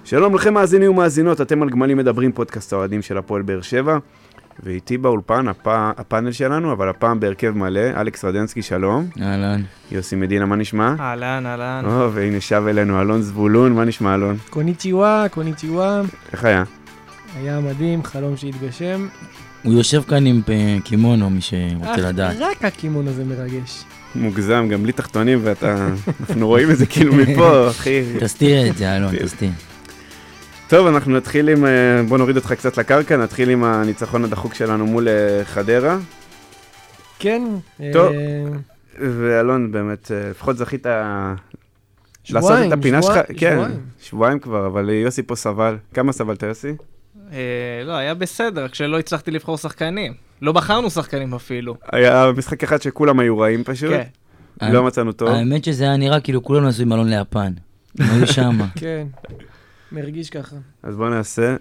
שלום לכם מאזינים ומאזינות, אתם על גמלים מדברים, פודקאסט האוהדים של הפועל באר שבע, ואיתי באולפן הפאנל שלנו, אבל הפעם בהרכב מלא, אלכס רדנסקי, שלום. אהלן. יוסי מדינה, מה נשמע? אהלן, אהלן. והנה שב אלינו אלון זבולון, מה נשמע אלון? קוניצ'יווה, קוניצ'יווה. איך היה? היה מדהים, חלום שהתגשם. הוא יושב כאן עם קימונו, מי שרוצה לדעת. רק הקימון הזה מרגש. מוגזם, גם בלי תחתונים, אנחנו רואים את זה כאילו מפה, אחי. תסתיר את זה, אלון, תסתיר. טוב, אנחנו נתחיל עם, בוא נוריד אותך קצת לקרקע, נתחיל עם הניצחון הדחוק שלנו מול חדרה. כן. טוב, ואלון, באמת, לפחות זכית לעשות את הפינה שלך. כן, שבועיים כבר, אבל יוסי פה סבל. כמה סבלת, יוסי? לא, היה בסדר, כשלא הצלחתי לבחור שחקנים. לא בחרנו שחקנים אפילו. היה משחק אחד שכולם היו רעים פשוט. כן. לא מצאנו טוב. האמת שזה היה נראה כאילו כולנו עשו עם אלון ליפן. היו שמה. כן, מרגיש ככה. אז בואו נעשה.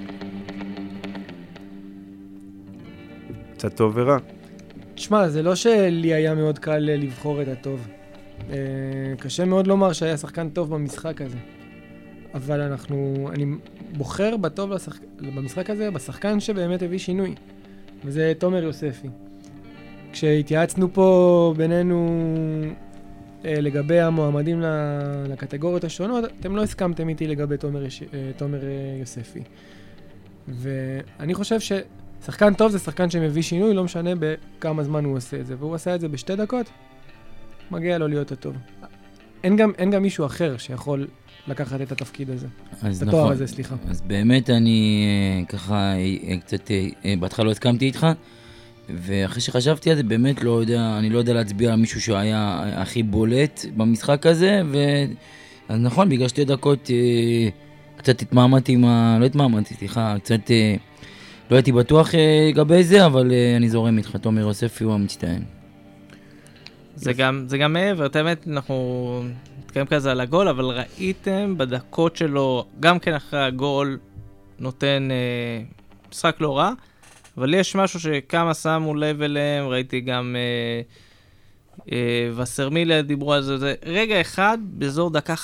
קצת טוב ורע. תשמע, זה לא שלי היה מאוד קל לבחור את הטוב. קשה מאוד לומר שהיה שחקן טוב במשחק הזה. אבל אני בוחר בטוב במשחק הזה, בשחקן שבאמת הביא שינוי. וזה תומר יוספי. כשהתייעצנו פה בינינו לגבי המועמדים לקטגוריות השונות, אתם לא הסכמתם איתי לגבי תומר יוספי. ואני חושב ששחקן טוב זה שחקן שמביא שינוי, לא משנה בכמה זמן הוא עושה את זה. והוא עשה את זה בשתי דקות, מגיע לו להיות הטוב. אין גם מישהו אחר שיכול לקחת את התפקיד הזה. את התואר הזה, סליחה. אז באמת אני ככה קצת, בהתחלה לא הסכמתי איתך, ואחרי שחשבתי על זה, באמת אני לא יודע להצביע על מישהו שהיה הכי בולט במשחק הזה, אז נכון, בגלל 2 דקות קצת התמהמתי לא התמהמתי, סליחה, קצת לא הייתי בטוח לגבי זה, אבל אני זורם איתך, תומר יוספי הוא המצטיין. זה גם מעבר, באמת אנחנו נתקיים כזה על הגול, אבל ראיתם בדקות שלו, גם כן אחרי הגול נותן משחק לא רע, אבל יש משהו שכמה שמו לב אליהם, ראיתי גם וסרמילה דיברו על זה, רגע אחד, באזור דקה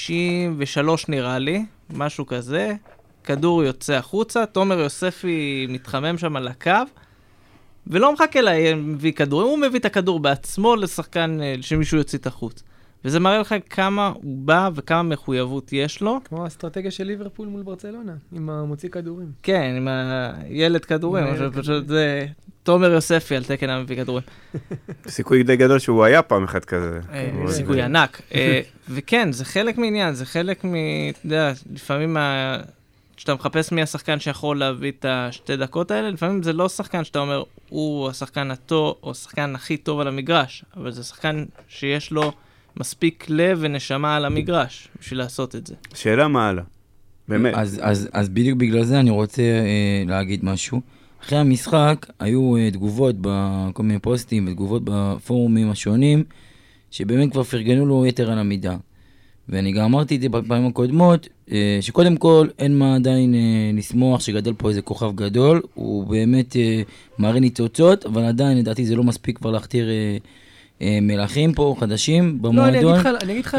53 נראה לי, משהו כזה, כדור יוצא החוצה, תומר יוספי מתחמם שם על הקו, ולא מחכה להביא כדור, הוא מביא את הכדור בעצמו לשחקן שמישהו יוציא את החוץ. וזה מראה לך כמה הוא בא וכמה מחויבות יש לו. כמו האסטרטגיה של ליברפול מול ברצלונה, עם המוציא כדורים. כן, עם הילד כדורים, פשוט זה תומר יוספי על תקן המביא כדורים. סיכוי די גדול שהוא היה פעם אחד כזה. סיכוי ענק. וכן, זה חלק מעניין, זה חלק אתה יודע, לפעמים שאתה מחפש מי השחקן שיכול להביא את 2 דקות האלה, לפעמים זה לא שחקן שאתה אומר, הוא השחקן הטוב, או השחקן הכי טוב על המגרש, אבל זה שחקן שיש לו מספיק לב ונשמה על המגרש, בשביל לעשות את זה. שאלה מה הלאה? באמת. אז בדיוק בגלל זה אני רוצה להגיד משהו. אחרי המשחק היו תגובות בכל מיני פוסטים, ותגובות בפורומים השונים, שבאמת כבר פרגנו לו יתר על המידה. ואני גם אמרתי את זה בפעמים הקודמות, שקודם כל אין מה עדיין לשמוח שגדל פה איזה כוכב גדול, הוא באמת מראה ניצוצות, אבל עדיין לדעתי זה לא מספיק כבר להכתיר מלכים פה חדשים במועדון. לא, אני אגיד לך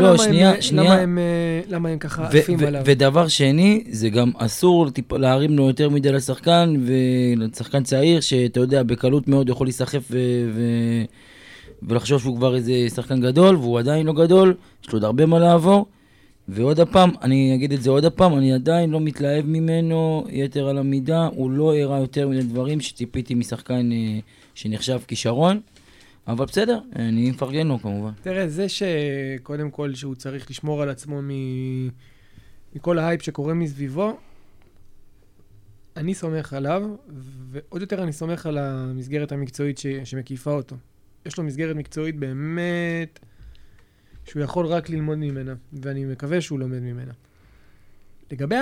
למה הם ככה עפים עליו. ודבר שני, זה גם אסור להרים לו יותר מדי לשחקן, ולשחקן צעיר שאתה יודע, בקלות מאוד יכול להיסחף ולחשוב שהוא כבר איזה שחקן גדול, והוא עדיין לא גדול, יש לו עוד הרבה מה לעבור, ועוד הפעם, אני אגיד את זה עוד הפעם, אני עדיין לא מתלהב ממנו יתר על המידה, הוא לא הראה יותר מיני דברים שציפיתי משחקן שנחשב כישרון, אבל בסדר, אני מפרגן לו כמובן. תראה, זה שקודם כל שהוא צריך לשמור על עצמו מכל ההייפ שקורה מסביבו, אני סומך עליו, ועוד יותר אני סומך על המסגרת המקצועית שמקיפה אותו. יש לו מסגרת מקצועית באמת שהוא יכול רק ללמוד ממנה, ואני מקווה שהוא לומד ממנה. לגבי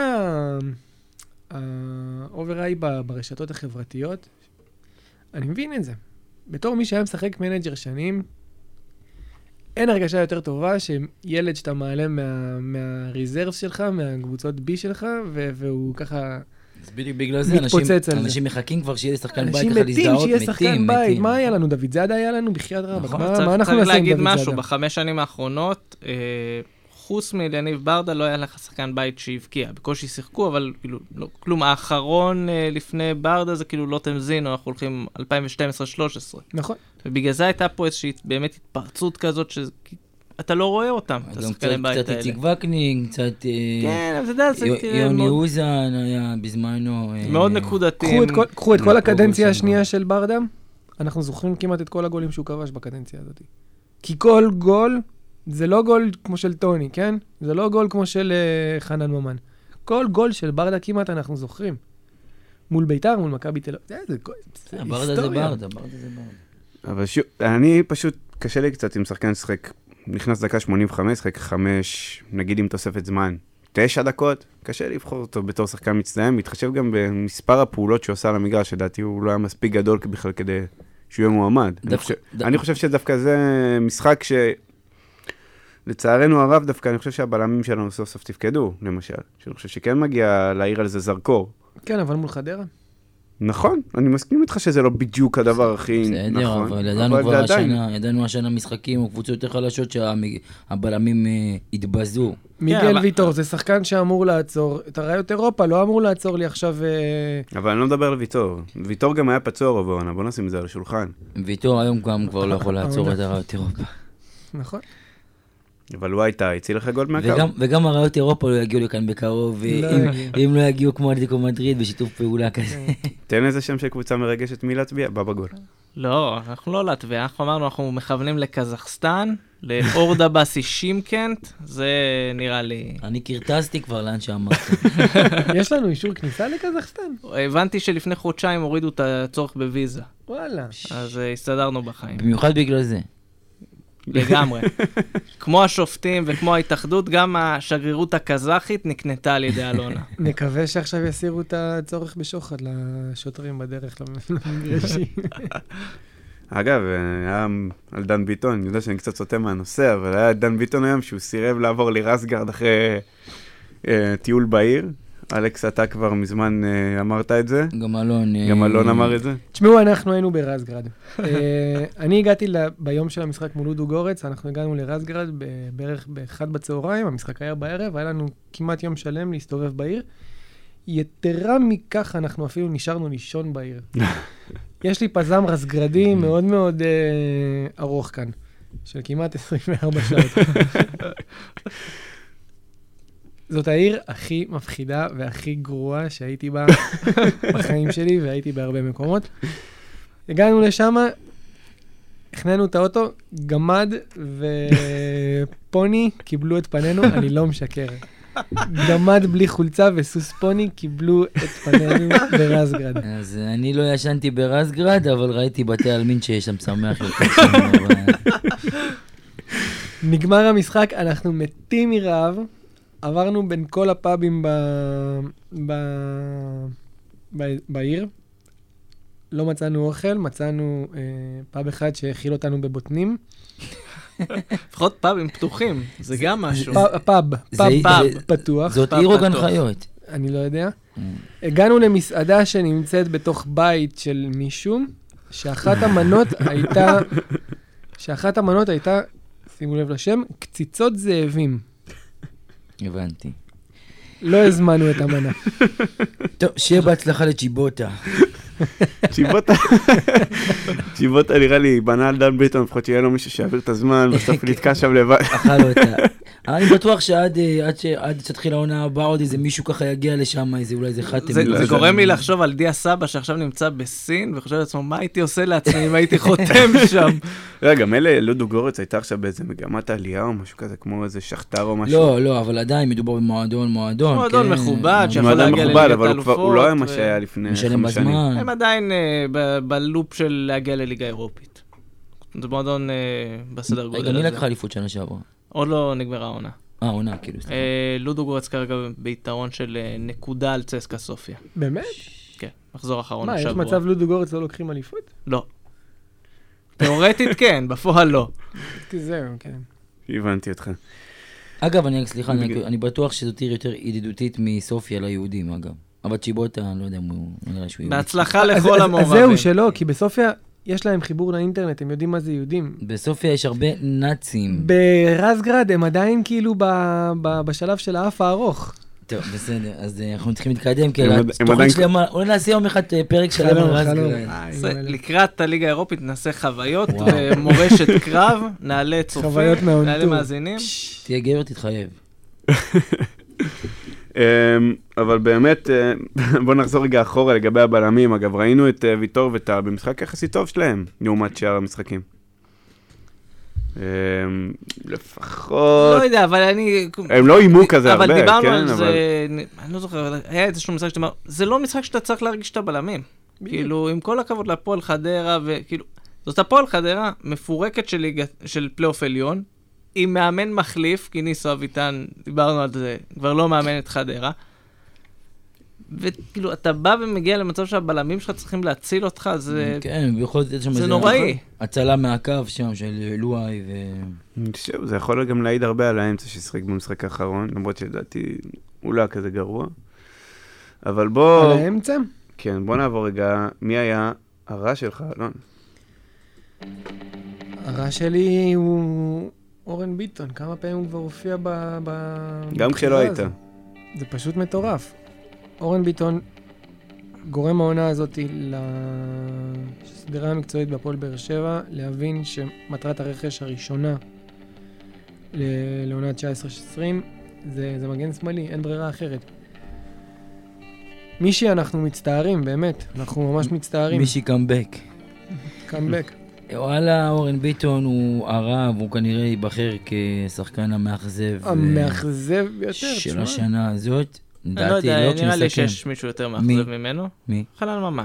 האובר-איי ברשתות החברתיות, אני מבין את זה. בתור מי שהיה משחק מנג'ר שנים, אין הרגשה יותר טובה שילד שאתה מעלה מהריזרב שלך, מהקבוצות בי שלך, והוא ככה אז בדיוק בגלל זה אנשים מחכים כבר שיהיה שחקן בית ככה להזדהות, אנשים מתים שיהיה שחקן בית. מה היה לנו? דוד זאדה היה לנו בחיית רבה. מה אנחנו נעשה עם דוד זאדה? צריך להגיד משהו, ב5 שנים האחרונות, חוץ מליניב ברדה לא היה לך שחקן בית שהבקיע. בקושי שיחקו, אבל כאילו, לא, כלום, האחרון לפני ברדה זה כאילו לא תמזין, אנחנו הולכים 2012-2013. נכון. ובגלל זה הייתה פה איזושהי באמת התפרצות כזאת, שאתה לא רואה אותם, את השחקנים בית האלה. קצת איציק וקנין, קצת כן, אבל זה יוני אוזן היה בזמנו. מאוד נקודתיים. קחו את כל הקדנציה השנייה של ברדה, אנחנו זוכרים כמעט את כל הגולים שהוא כבש בקדנציה הזאת. כי כל גול, זה לא גול כמו של טוני, כן? זה לא גול כמו של חנן ממן. כל גול של ברדה כמעט אנחנו זוכרים. מול ביתר, מול מכבי תל אביב. ברדה זה ברדה. אבל שוב, אני פשוט, קשה לי קצת עם שחקן שחק, נכנס דקה 85, שחק 5, נגיד עם תוספת זמן, 9 דקות, קשה לבחור אותו בתור שחקן מצטיין, מתחשב גם במספר הפעולות שהוא עושה על המגרש, שדעתי הוא לא היה מספיק גדול בכלל כדי שהוא יהיה מועמד. אני חושב שדווקא זה משחק לצערנו הרב דווקא, אני חושב שהבלמים שלנו סוף סוף תפקדו, למשל. שאני חושב שכן מגיע להעיר על זה זרקור. כן, אבל מול חדרה. נכון, אני מסכים איתך שזה לא בדיוק הדבר הכי נכון. בסדר, אבל ידענו כבר השנה, ידענו השנה משחקים או קבוצות יותר חלשות שהבלמים התבזו. מיגל ויטור, זה שחקן שאמור לעצור. את הראיות אירופה לא אמור לעצור לי עכשיו... אבל אני לא מדבר על ויטור. ויטור גם היה פצוע רוב העונה, בוא נשים את זה על השולחן. ויטור היום גם כבר לא יכול לעצור את הראיות אירופה. נכון. אבל הוא הייתה, הציל לך גול מהקו. וגם הראיות אירופה לא יגיעו לכאן בקרוב, אם לא יגיעו כמו אתלטיקו מדריד בשיתוף פעולה כזה. תן איזה שם של קבוצה מרגשת מי להצביע, בא בגול. לא, אנחנו לא להטביע, אנחנו אמרנו, אנחנו מכוונים לקזחסטן, לאורדבאסי שימקנט, זה נראה לי... אני קרטסתי כבר לאן שאמרת. יש לנו אישור כניסה לקזחסטן? הבנתי שלפני חודשיים הורידו את הצורך בוויזה. וואלה. אז הסתדרנו בחיים. במיוחד בגלל זה. לגמרי. כמו השופטים וכמו ההתאחדות, גם השגרירות הקזחית נקנתה על ידי אלונה. נקווה שעכשיו יסירו את הצורך בשוחד לשוטרים בדרך למגרשי. אגב, היה על דן ביטון, אני יודע שאני קצת סוטה מהנושא, אבל היה דן ביטון היום שהוא סירב לעבור לרסגרד אחרי טיול בעיר. אלכס, אתה כבר מזמן אמרת את זה? גם אלון. גם אלון אמר את זה? תשמעו, אנחנו היינו ברסגרד. אני הגעתי ביום של המשחק מול לודו גורץ, אנחנו הגענו לרסגרד בערך ב-1 בצהריים, המשחק היה בערב, היה לנו כמעט יום שלם להסתובב בעיר. יתרה מכך, אנחנו אפילו נשארנו לישון בעיר. יש לי פזם רסגרדי מאוד מאוד ארוך כאן, של כמעט 24 שעות. זאת העיר הכי מפחידה והכי גרועה שהייתי בה בחיים שלי, והייתי בהרבה מקומות. הגענו לשם, הכננו את האוטו, גמד ופוני קיבלו את פנינו, אני לא משקר. גמד בלי חולצה וסוס פוני קיבלו את פנינו ברסגרד. אז אני לא ישנתי ברסגרד, אבל ראיתי בתי אלמין שיש שם שמח יותר שם. נגמר המשחק, אנחנו מתים מרעב. עברנו בין כל הפאבים בעיר, לא מצאנו אוכל, מצאנו פאב אחד שהכיל אותנו בבוטנים. לפחות פאבים פתוחים, זה גם משהו. פאב פתוח. זאת עיר או גן חיות? אני לא יודע. הגענו למסעדה שנמצאת בתוך בית של מישהו, שאחת המנות הייתה, שימו לב לשם, קציצות זאבים. הבנתי. לא הזמנו את המנה. טוב, שיהיה בהצלחה לצ'יבוטה. צ'יבוטה נראה לי בנה על דן ביטון, לפחות שיהיה לו מישהו שיעביר את הזמן, בסוף נתקע שם לבד. אכל אותה. אני בטוח שעד שתתחיל העונה הבאה עוד איזה מישהו ככה יגיע לשם, אולי איזה חתם. זה גורם לי לחשוב על דיה סבא שעכשיו נמצא בסין, וחושב לעצמו, מה הייתי עושה לעצמי אם הייתי חותם שם? רגע, מילא לודו גורץ הייתה עכשיו באיזה מגמת העלייה או משהו כזה, כמו איזה שכתר או משהו. לא, אבל עדיין מדובר במועדון. מועדון מכובד, שיכול להגיע לליגת האלופות. הוא לא היה מה שהיה לפני 5 שנים. הם עדיין בלופ של להגיע לליגה אירופית. זה מועדון בסדר גודל הזה. רגע, מי לקחה אליפות שנה שעברה? עוד לא נגמרה העונה. העונה, כאילו. לודו גורץ כרגע ביתרון של נקודה על צסקה סופיה. באמת? כן, מחזור אחרון השבוע. מה, יש מצב לודו גורץ לא לוקחים אליפות? לא. תיאורטית כן, בפועל לא. זהו, כן. הבנתי אותך. אגב, סליחה, אני בטוח שזאת עיר יותר ידידותית מסופיה ליהודים, אגב. אבל צ'יבוטה, אני לא יודע אם הוא נראה שהוא... בהצלחה לכל המעורבים. אז זהו שלא, כי בסופיה יש להם חיבור לאינטרנט, הם יודעים מה זה יהודים. בסופיה יש הרבה נאצים. ברזגרד הם עדיין כאילו בשלב של האף הארוך. טוב, בסדר, אז אנחנו צריכים להתקדם, כי הם תוכנית עדיין- שלמה, אולי נעשה יום אחד פרק שלם על רזגרד. לקראת הליגה האירופית נעשה חוויות, וואו. מורשת קרב, נעלה צופים, חוויות מהונטור. נעלה מאזינים. תהיה גבר, תתחייב. אבל באמת, בוא נחזור רגע אחורה לגבי הבלמים. אגב, ראינו את ויטור וטל במשחק יחסית טוב שלהם, לעומת שאר המשחקים. לפחות... לא יודע, אבל אני... הם לא אימו כזה הרבה, אבל כן? דיברנו על אבל- זה, אני לא זוכר, אבל היה איזשהו משחק שאתה אומר, זה לא משחק שאתה צריך להרגיש את הבלמים. כאילו, עם כל הכבוד להפועל חדרה, וכאילו, זאת הפועל חדרה מפורקת של פלייאוף עליון, עם מאמן מחליף, כי ניסו אביטן, דיברנו על זה, כבר לא מאמן את חדרה, וכאילו, אתה בא ומגיע למצב שהבלמים שלך צריכים להציל אותך, זה... כן, בכל זאת יש שם זה איזה נוראי. הצלה מהקו שם של לואי ו... אני חושב, זה יכול גם להעיד הרבה על האמצע ששחק במשחק האחרון, למרות שלדעתי הוא לא היה כזה גרוע. אבל בוא... על האמצע? כן, בוא נעבור רגע, מי היה הרע שלך, אלון? הרע שלי הוא אורן ביטון, כמה פעמים הוא כבר הופיע גם כשלא היית. זה פשוט מטורף. אורן ביטון גורם העונה הזאת לסדרה המקצועית בהפועל באר שבע, להבין שמטרת הרכש הראשונה לעונה 19-20 זה מגן שמאלי, אין ברירה אחרת. מישהי אנחנו מצטערים, באמת, אנחנו ממש מצטערים. מישהי קאמבק. קאמבק. וואלה, אורן ביטון הוא הרע, והוא כנראה ייבחר כשחקן המאכזב. המאכזב ביותר, של תשמע. השנה הזאת. אני לא דעתי, יודע, לא נראה לי כשנסכם. שיש מישהו יותר מאכזב ממנו. מי? חנן ממן.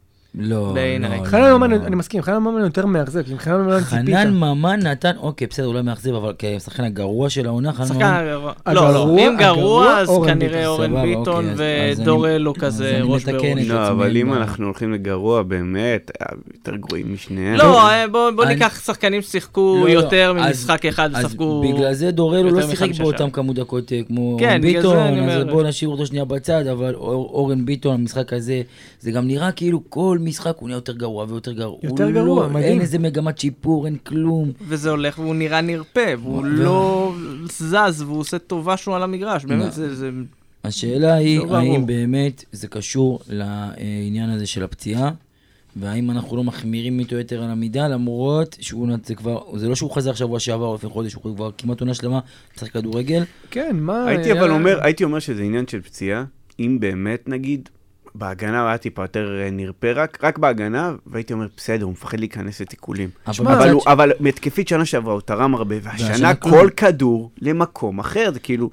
לא, בעיניי. לא, חנן לא, ממן, לא. אני מסכים, חנן ממן יותר מאכזב, כי עם חנן ממן ציפית. חנן ממן נתן, אוקיי, בסדר, אולי מאכזב, אבל כשחקן הגרוע של העונה, חנן שחקן ממן... הגרוע. הגרוע, לא, לא, אם גרוע, אז אורן כנראה ביטון. אורן סבבה, ביטון אוקיי, אז ודורל הוא אז כזה אני ראש מתקן בראש. את לא, עצמי, אבל אם אין אנחנו הולכים לגרוע, באמת, יותר גרועים משניהם. לא, בוא אני- ניקח שחקנים ששיחקו לא, יותר אז- ממשחק אחד, אז ושחקו... בגלל זה דורל הוא לא יותר שיחק מחמישה באותם שערים. כמות דקות כמו כן, אורן בגלל זה ביטון, אני אז אומר- בואו נשאיר אותו שנייה בצד, אבל אורן ביטון, המשחק הזה, זה גם נראה כאילו כל משחק הוא נהיה יותר גרוע ויותר גרוע. יותר הוא גרוע, לא- מדהים. אין איזה מגמת שיפור, אין כלום. וזה הולך, והוא נראה נרפה, והוא לא זז, והוא עושה טובה שהוא על המגרש. לא. באמת, זה... השאלה היא, לא ברור. האם באמת זה קשור לעניין הזה של הפציעה, והאם אנחנו לא מחמירים איתו יותר על המידה, למרות שהוא זה כבר, זה לא שהוא חזר שבוע שעבר או לפני חודש, הוא כבר כמעט עונה שלמה, משחק כדורגל. כן, מה... הייתי אומר שזה עניין של פציעה, אם באמת נגיד, בהגנה היה טיפה יותר נרפה, רק בהגנה, והייתי אומר, בסדר, הוא מפחד להיכנס לתיקולים. אבל מתקפית שנה שעברה, הוא תרם הרבה, והשנה כל כדור למקום אחר, זה כאילו,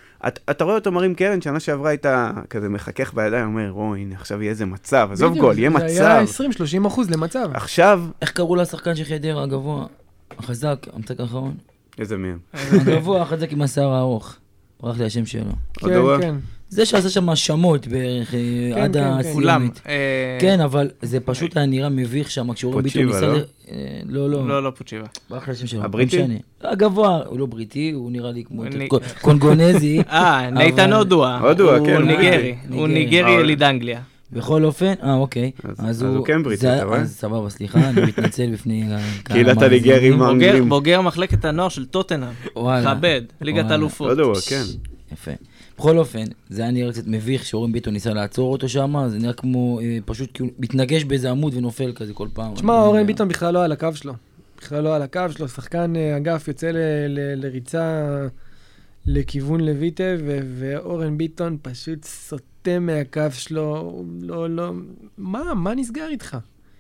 אתה רואה אותו מרים קרן, שנה שעברה הייתה כזה מחכך בידיים, אומר, הנה, עכשיו יהיה איזה מצב, עזוב גול, יהיה זה היה מצב. 20-30% למצב. עכשיו, איך קראו לשחקן של חדרה הגבוה, החזק, המשחק האחרון? איזה מהם? הגבוה, החזק עם השיער הארוך. ברח לי השם שלו. עוד אירוע? כן, כן. זה שעשה שם האשמות בערך עד כן, כולם. הסיומית. כן, אבל זה פשוט היה נראה מביך שם, כשאורן ביטון פוצ'יבה, ניסה... לא? לא. לא, לא פוצ'יבה. ברח לי השם שלו. הבריטי? לא משנה. הגבוה, הוא לא בריטי, הוא נראה לי כמו אני- קונגונזי. נייתן הודואה. הודואה, כן, הוא הוא ניגרי. בריטי. הוא ניגרי. ניגרי יליד אנגליה. בכל אופן, אוקיי. אז הוא כן בריטי, זה- אתה רואה? אז סבבה, סליחה, אני מתנצל בפני... קהילת הניגרים האנגלים. בוגר מחלקת הנוער של טוטנהאם. וואלה. כבד, ליגת וואלה. אלופות. הודואה, כן. יפה. בכל אופן, זה היה נראה קצת מביך שאורן ביטון ניסה לעצור אותו שם, זה נראה כמו פשוט כאילו מתנגש באיזה עמוד ונופל כזה כל פעם. תשמע, אורן ביטון בכלל לא על הקו שלו. בכלל לא על הקו שלו. שחקן אגף יוצא לריצה לכיוון לויטה, ואורן ביטון פשוט סוטה מהקו שלו. לא. מה נסגר איתך?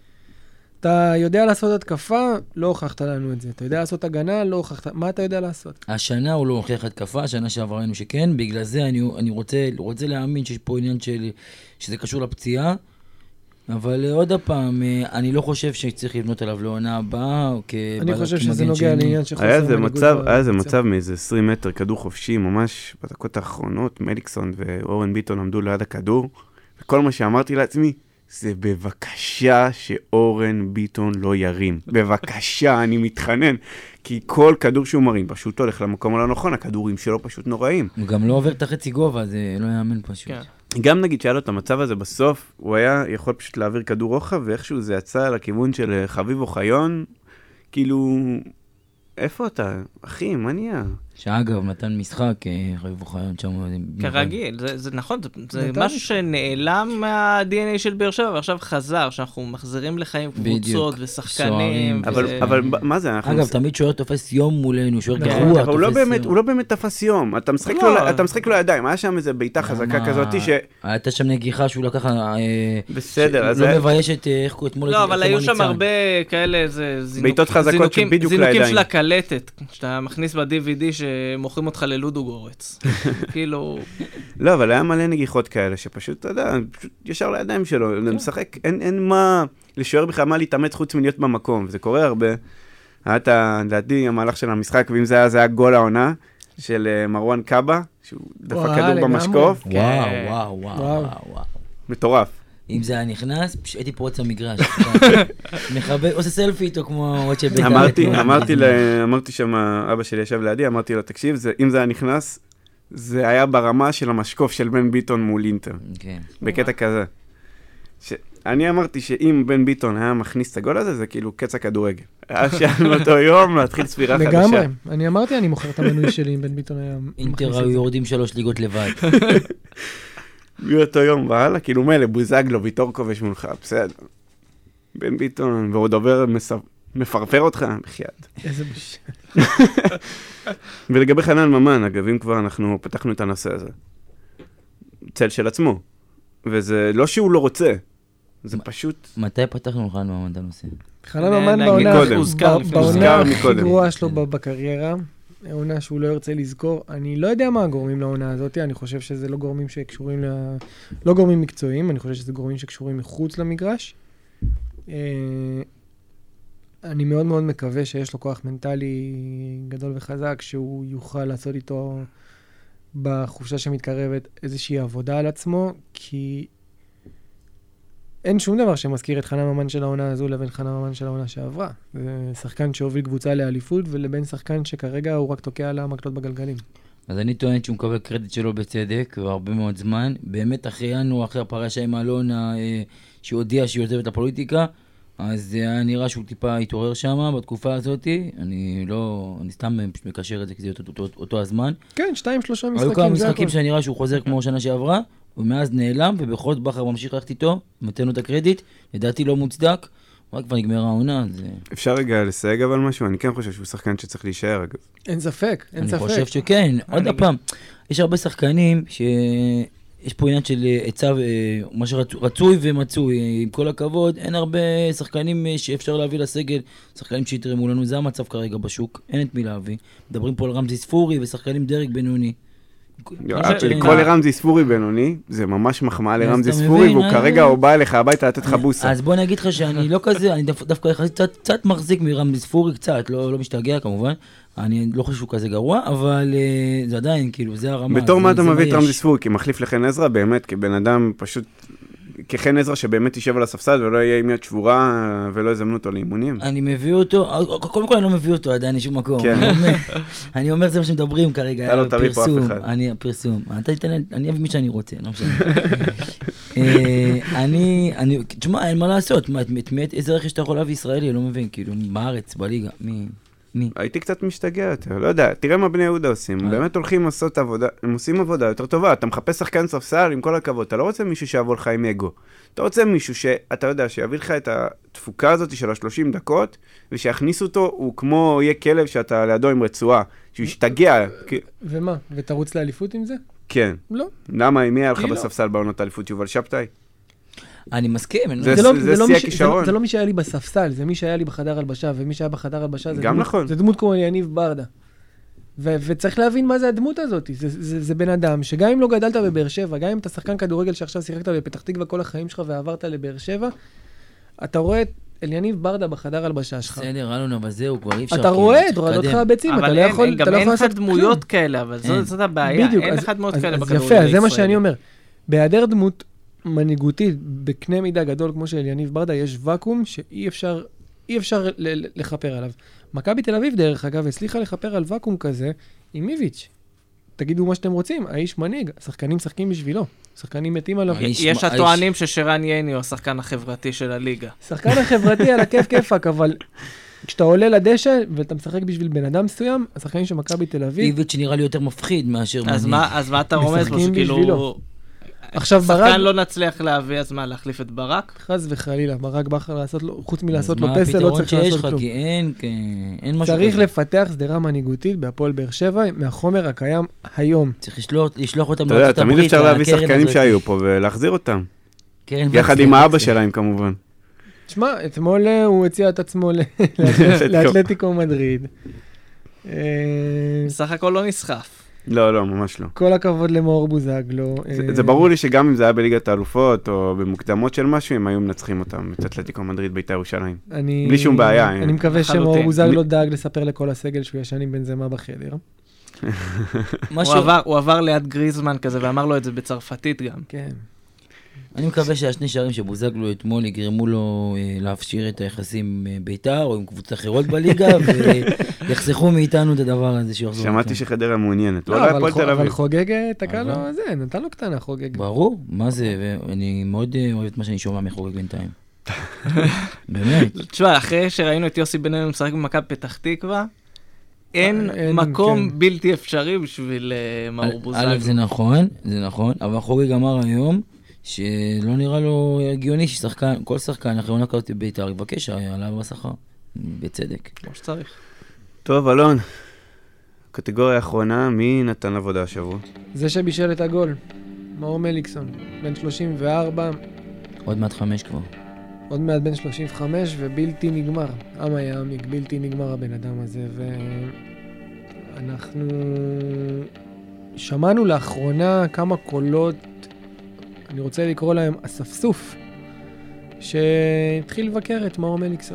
אתה יודע לעשות התקפה, לא הוכחת לנו את זה. אתה יודע לעשות הגנה, לא הוכחת. מה אתה יודע לעשות? השנה הוא לא הוכיח התקפה, השנה שעברה ראינו שכן, בגלל זה אני רוצה להאמין שיש פה עניין שזה קשור לפציעה, אבל עוד הפעם, אני לא חושב שצריך לבנות עליו לעונה הבאה, אני חושב שזה נוגע לעניין שחוסר היה איזה מצב מאיזה 20 מטר כדור חופשי, ממש בדקות האחרונות, מליקסון ואורן ביטון עמדו ליד הכדור, וכל מה שאמרתי לעצמי, זה בבקשה שאורן ביטון לא ירים. בבקשה, אני מתחנן. כי כל כדור שהוא מרים פשוט הולך למקום הלא נכון, הכדורים שלו פשוט נוראים. הוא גם לא עובר את החצי גובה, זה לא יאמן פשוט. כן. גם נגיד שהיה לו את המצב הזה בסוף, הוא היה יכול פשוט להעביר כדור רוחב, ואיכשהו זה יצא לכיוון של חביב אוחיון, כאילו, איפה אתה? אחי, מה נהיה? שאגב, נתן משחק, חביב אוחיון שם. כרגיל, זה נכון, זה משהו שנעלם מה-DNA של באר שבע, ועכשיו חזר, שאנחנו מחזירים לחיים קבוצות ושחקנים. אבל מה זה? אגב, תמיד שוער תופס יום מולנו, שוער גרוע. הוא לא באמת תפס יום, אתה משחק לו ידיים, היה שם איזה בעיטה חזקה כזאת ש... הייתה שם נגיחה שהוא לקח... בסדר, אז... לא מבייש את איך קוראים אתמול... לא, אבל היו שם הרבה כאלה, בעיטות חזקות בדיוק לידיים. זינוקים של הקלטת, שאתה מכניס ב-DVD שמוכרים אותך ללודו גורץ. כאילו... לא, אבל היה מלא נגיחות כאלה, שפשוט, אתה יודע, פשוט ישר לידיים שלו, למשחק, אין מה לשוער בכלל מה להתאמץ חוץ מלהיות במקום, וזה קורה הרבה. היה את, לדעתי, המהלך של המשחק, ואם זה היה גול העונה של מרואן קאבה, שהוא דפק כדור במשקוף. וואו. מטורף. אם זה היה נכנס, הייתי פורץ למגרש. עושה סלפי איתו כמו עוד של בית. אמרתי שם, אבא שלי ישב לידי, אמרתי לו, תקשיב, אם זה היה נכנס, זה היה ברמה של המשקוף של בן ביטון מול אינטר. בקטע כזה. אני אמרתי שאם בן ביטון היה מכניס את הגול הזה, זה כאילו קץ הכדורגל. היה שם אותו יום להתחיל ספירה חדשה. לגמרי. אני אמרתי, אני מוכר את המנוי שלי אם בן ביטון היה מכניס את זה. אינטר היו יורדים 3 ליגות לבד. באותו יום, והלאה, כאילו מלא, בוזגלו, ויטור כובש מולך, בסדר. בן ביטון, ועוד עובר, מפרפר אותך, בחייאת. איזה בושה. ולגבי חנן ממן, אגב, אם כבר אנחנו פתחנו את הנושא הזה. צל של עצמו. וזה לא שהוא לא רוצה, זה פשוט... מתי פתחנו חנן ממן את הנושא? חנן ממן בעונה הכי גרועה שלו בקריירה, העונה שהוא לא ירצה לזכור, אני לא יודע מה הגורמים לעונה הזאת, אני חושב שזה לא גורמים שקשורים לא גורמים מקצועיים, אני חושב שזה גורמים שקשורים מחוץ למגרש. אני מאוד מאוד מקווה שיש לו כוח מנטלי גדול וחזק, שהוא יוכל לעשות איתו בחופשה שמתקרבת איזושהי עבודה על עצמו, כי אין שום דבר שמזכיר את חנן ממן של העונה הזו לבין חנן ממן של העונה שעברה. זה שחקן שהוביל קבוצה לאליפות, ולבין שחקן שכרגע הוא רק תוקע על המקלות בגלגלים. אז אני טוען שהוא מקבל קרדיט שלו בצדק, והרבה מאוד זמן. באמת אחרי הפרשה עם אלונה, שהודיע שהיא עוזבת לפוליטיקה, אז היה נראה שהוא טיפה התעורר שם בתקופה הזאת. אני סתם מקשר את זה, כי זה אותו הזמן. כן, 2-3 משחקים. היו כמה משחקים שאני נראה שהוא חוזר כמו שנה שעברה, ומאז נעלם, ובכל זאת בכר ממשיך ללכת איתו, נותן לו את הקרדיט, לדעתי לא מוצדק, רק כבר נגמר העונה. אפשר רגע לסייג אבל משהו? אני כן חושב שהוא שחקן שצריך להישאר, אגב. אין ספק, אין ספק. אני חושב שכן. עוד הפעם, יש הרבה שחקנים שיש פה עניין של היצע, מה שרצוי ומצוי. עם כל הכבוד, אין הרבה שחקנים שאפשר להביא לסגל, שחקנים שיתרמו לנו, זה המצב כרגע בשוק, אין את מי להביא. מדברים פה על רמזי ספורי ושחקנים דרג בינוני. לקרוא לרמזי ספורי בינוני, זה ממש מחמאה לרמזי ספורי, והוא כרגע הוא בא אליך הביתה לתת לך בוסה. אז בוא נגיד לך שאני לא כזה, אני דווקא קצת מחזיק מרמזי ספורי, קצת, לא משתגע כמובן, אני לא חושב שהוא כזה גרוע, אבל זה עדיין, כאילו, זה הרמה. בתור מה אתה מביא את רמזי ספורי? כי מחליף לחן עזרא, באמת, כבן אדם פשוט... כחן עזרא שבאמת יישב על הספסל ולא יהיה עם יד שבורה ולא יזמנו אותו לאימונים. אני מביא אותו, קודם כל אני לא מביא אותו עדיין לשום מקום. אני אומר זה מה שמדברים כרגע. אתה לא תביא פה אף אחד. פרסום. אני אביא מי שאני רוצה, לא משנה. תשמע, אין מה לעשות. איזה רכש אתה יכול להביא ישראלי? אני לא מבין, כאילו, בארץ, בליגה, מי? הייתי קצת משתגע יותר, לא יודע, תראה מה בני יהודה עושים, באמת הולכים לעשות עבודה, הם עושים עבודה יותר טובה, אתה מחפש שחקן ספסל עם כל הכבוד, אתה לא רוצה מישהו שיבוא לך עם אגו, אתה רוצה מישהו שאתה יודע, שיביא לך את התפוקה הזאת של 30 דקות, ושיכניס אותו, הוא כמו יהיה כלב שאתה לידו עם רצועה, שהוא ישתגע. ומה? ותרוץ לאליפות עם זה? כן. לא. למה, אם יהיה לך בספסל בעונות האליפות, יובל שבתאי? אני מסכים. זה לא מי שהיה לי בספסל, זה מי שהיה לי בחדר הלבשה, ומי שהיה בחדר הלבשה זה דמות כמו יניב ברדה. וצריך להבין מה זה הדמות הזאת. זה בן אדם שגם אם לא גדלת בבאר שבע, גם אם אתה שחקן כדורגל שעכשיו שיחקת בפתח תקווה כל החיים שלך ועברת לבאר שבע, אתה רואה את יניב ברדה בחדר הלבשה שלך. בסדר, אלון, אבל זהו, כבר אי אפשר. אתה רואה את הורדות לך הביצים, אתה לא יכול... גם אין לך דמויות כאלה, אבל זאת הבעיה. אין לך דמויות כאלה בכדורגל הישראלי. יפה, זה מה שאני אומר. בהיעדר דמות מנהיגותית בקנה מידה גדול כמו של יניב ברדה, יש וקום שאי אפשר לחפר עליו. מכבי תל אביב דרך אגב הצליחה לחפר על וקום כזה עם איביץ'. תגידו מה שאתם רוצים, האיש מנהיג, השחקנים משחקים בשבילו, שחקנים מתים עליו. יש הטוענים ששרן ייני הוא השחקן החברתי של הליגה. שחקן החברתי על הכיף כיפק, אבל כשאתה עולה לדשא ואתה משחק בשביל בן אדם מסוים, השחקנים של מכבי תל אביב... איביץ' שנראה לי יותר מפחיד מאשר אז מה אתה רומז פה שכאילו... עכשיו ברק... שחקן לא נצליח להביא, אז מה, להחליף את ברק? חס וחלילה, ברק בכר לעשות לו, חוץ מלעשות לו פסל, לא צריך לעשות כלום. כי אין משהו צריך לפתח סדרה מנהיגותית בהפועל באר שבע, מהחומר הקיים היום. צריך לשלוח אותם אתה יודע, תמיד אפשר להביא שחקנים שהיו פה ולהחזיר אותם. יחד עם האבא שלהם כמובן. תשמע, אתמול הוא הציע את עצמו לאתלטיקו מדריד. בסך הכל לא נסחף. לא, ממש לא. כל הכבוד למאור בוזגלו. זה ברור לי שגם אם זה היה בליגת האלופות או במוקדמות של משהו, הם היו מנצחים אותם, את אתלטיקו מדריד בית"ר ירושלים. בלי שום בעיה. אני מקווה שמאור בוזגלו דאג לספר לכל הסגל שהוא ישן עם בנזמה בחדר. הוא עבר ליד גריזמן כזה ואמר לו את זה בצרפתית גם. כן. אני מקווה שהשני שערים שבוזגלו אתמול יגרמו לו להפשיר את היחסים עם בית"ר או עם קבוצות אחרות בליגה ויחסכו מאיתנו את הדבר הזה שיחזור. שמעתי שחדרה מעוניינת. אבל חוגג תקע לו זה, נתן לו קטנה חוגג. ברור, מה זה, ואני מאוד אוהב את מה שאני שומע מחוגג בינתיים. באמת. תשמע, אחרי שראינו את יוסי בניון משחק במכבי פתח תקווה, אין מקום בלתי אפשרי בשביל מאור בוזגלו. א', זה נכון, אבל חוגג אמר היום, שלא נראה לו הגיוני שכל שחקן אחרי עונה כזאת בית"ר יבקש עליו בשכר, בצדק. כמו שצריך. טוב, אלון, קטגוריה האחרונה, מי נתן עבודה השבוע? זה שבישל את הגול, מאור מליקסון, בן 34. עוד מעט 5 כבר. עוד מעט בן 35 ובלתי נגמר. עם היעמיק, בלתי נגמר הבן אדם הזה, ואנחנו שמענו לאחרונה כמה קולות, אני רוצה לקרוא להם אספסוף, שהתחיל לבקר את מאור מליקסון.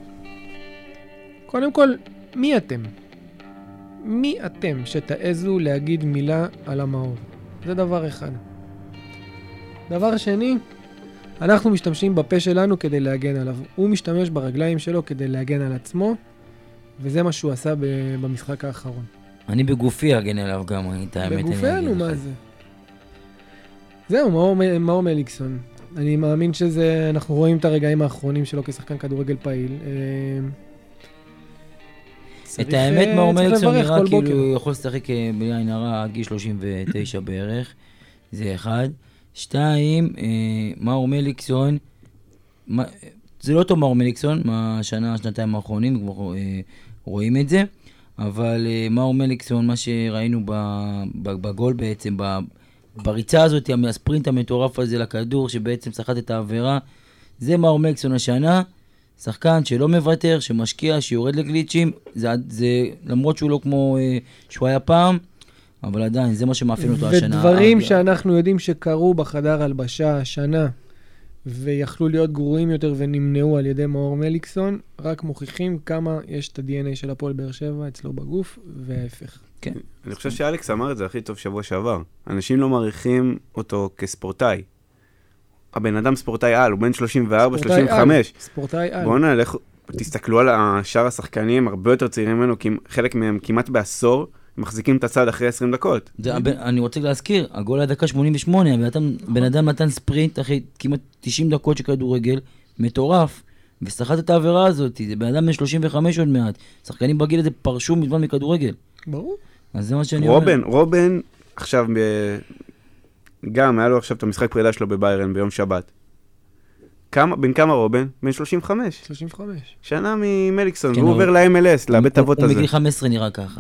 קודם כל, מי אתם? מי אתם שתעזו להגיד מילה על המאור? זה דבר אחד. דבר שני, אנחנו משתמשים בפה שלנו כדי להגן עליו. הוא משתמש ברגליים שלו כדי להגן על עצמו, וזה מה שהוא עשה במשחק האחרון. אני בגופי אגן עליו גם, את האמת. בגופנו, מה זה? זהו, מאור מליקסון. אני מאמין שזה, אנחנו רואים את הרגעים האחרונים שלו כשחקן כדורגל פעיל. את האמת, מאור מליקסון נראה כאילו הוא יכול לשחק בלי עין הרע, גיל 39 בערך. זה אחד. 2, מאור מליקסון, זה לא אותו מאור מליקסון, מהשנה, שנתיים האחרונים, כבר רואים את זה, אבל מאור מליקסון, מה שראינו בגול בעצם, בריצה הזאת, הספרינט המטורף הזה לכדור, שבעצם שחט את העבירה, זה מאור מליקסון השנה, שחקן שלא מוותר, שמשקיע, שיורד לגליצ'ים, זה למרות שהוא לא כמו שהוא היה פעם, אבל עדיין, זה מה שמאפיין אותו השנה. ודברים שאנחנו יודעים שקרו בחדר הלבשה השנה, ויכלו להיות גרועים יותר ונמנעו על ידי מאור מליקסון, רק מוכיחים כמה יש את ה-DNA של הפועל באר שבע אצלו בגוף, וההפך. כן. אני חושב שאלכס אמר את זה הכי טוב שבוע שעבר. אנשים לא מעריכים אותו כספורטאי. הבן אדם ספורטאי על, הוא בן 34, 35. ספורטאי על. בואו נלך, תסתכלו על שאר השחקנים, הרבה יותר צעירים ממנו, חלק מהם כמעט בעשור, מחזיקים את הצד אחרי 20 דקות. אני רוצה להזכיר, הגול היה דקה 88, בן אדם נתן ספרינט אחרי כמעט 90 דקות של כדורגל, מטורף, וסחט את העבירה הזאת, זה בן אדם בן 35 עוד מעט, שחקנים בגיל הזה פרשו מזמן מכדורגל. ברור. אז זה מה שאני אומר. רובן, עכשיו, גם היה לו עכשיו את המשחק פרידה שלו בביירן ביום שבת. בן כמה רובן? בן 35. 35. שנה ממליקסון, והוא עובר ל-MLS, לבית אבות הזה. הוא מגיל 15 נראה ככה.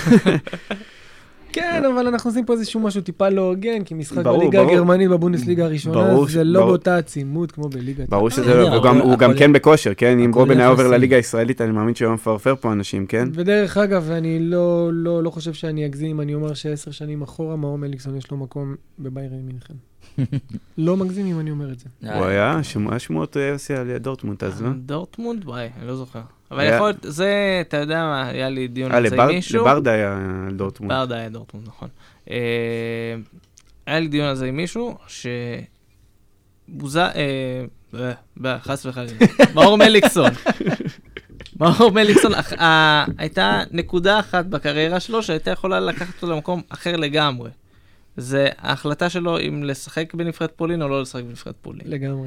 כן, אבל אנחנו עושים פה איזשהו משהו טיפה לא הוגן, כי משחק בליגה הגרמנית בבונדסליגה הראשונה, זה לא באותה עצימות כמו בליגה. ברור שזה לא, הוא גם כן בכושר, כן? אם רובן היה עובר לליגה הישראלית, אני מאמין שהוא מפרפר פה אנשים, כן? ודרך אגב, אני לא חושב שאני אגזים אם אני אומר ש10 שנים אחורה, מאור מליקסון יש לו מקום בביירן מינכן. לא מגזים אם אני אומר את זה. הוא היה שמועות על דורטמונד, אז לא? דורטמונד? וואי, אני לא זוכר. אבל יכול להיות, זה, אתה יודע מה, היה לי דיון על זה עם מישהו. לברדה היה דורטמונד. ברדה היה דורטמונד, נכון. היה לי דיון על זה עם מישהו, חס וחלילה, מאור מליקסון. מאור מליקסון, הייתה נקודה אחת בקריירה שלו שהייתה יכולה לקחת אותו למקום אחר לגמרי. זה ההחלטה שלו אם לשחק בנבחרת פולין או לא לשחק בנבחרת פולין. לגמרי.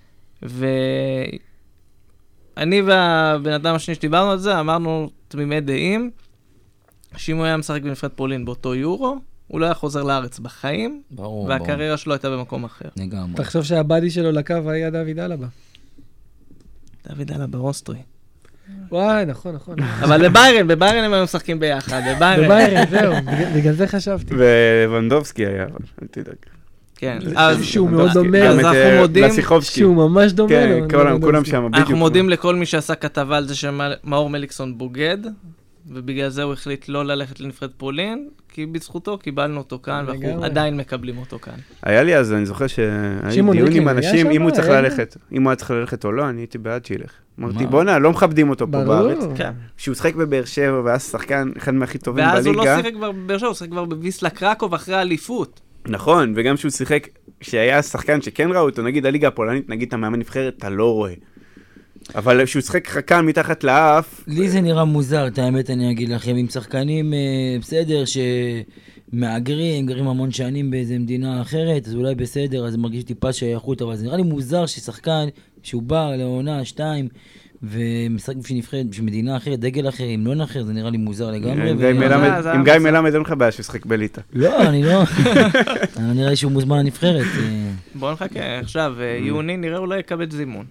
ואני והבן אדם השני שדיברנו על זה, אמרנו תמימי דעים, שאם הוא היה משחק בנבחרת פולין באותו יורו, הוא לא היה חוזר לארץ בחיים, ברור, והקריירה שלו הייתה במקום אחר. לגמרי. תחשוב שהבאדי שלו לקו היה דוד אלבה. דוד אלבה אוסטרי. וואי, נכון. אבל בביירן הם היו משחקים ביחד, בביירן, זהו, בגלל זה חשבתי. וונדובסקי היה, אבל אל תדאג. כן. שהוא מאוד דומה. אז אנחנו מודים שהוא ממש דומה לו. כן, כולם שם בדיוק. אנחנו מודים לכל מי שעשה כתבה על זה שמאור מליקסון בוגד, ובגלל זה הוא החליט לא ללכת לנבחרת פולין, כי בזכותו קיבלנו אותו כאן, ואנחנו עדיין מקבלים אותו כאן. היה לי אז, אני זוכר שהיה דיון עם אנשים, אם הוא צריך ללכת, אם הוא היה צריך ללכת או לא, אני הייתי בעד שילך. אמרתי, בוא'נה, לא מכבדים אותו פה בארץ. שהוא שחק בבאר שבע, והיה שחקן אחד מהכי טובים בליגה. ואז הוא לא שיחק כבר בבאר שבע, הוא שיחק כבר בוויסלה קרקוב אחרי האליפות. נכון, וגם שהוא שיחק, שהיה שחקן שכן ראו אותו, נגיד הליגה הפולנית, נגיד את המאמן נבחרת, אתה לא רואה. אבל כשהוא שחק חכם מתחת לאף... לי זה נראה מוזר, את האמת אני אגיד לכם, עם שחקנים בסדר שמאגרים, גרים המון שנים באיזה מדינה אחרת, אז אולי בסדר, אז מרגיש טיפה שייכות, אבל זה נראה לי מוזר ששחקן שהוא בא לעונה 2 ומשחק בשביל נבחרת, בשביל מדינה אחרת, דגל אחר, עם לון אחר, זה נראה לי מוזר לגמרי. עם גיא מלמד אין לך בעיה ששחק בליטה. לא, אני לא. נראה לי שהוא מוזמן לנבחרת. בוא נחכה, עכשיו, יוני נראה אולי יקבל זימון.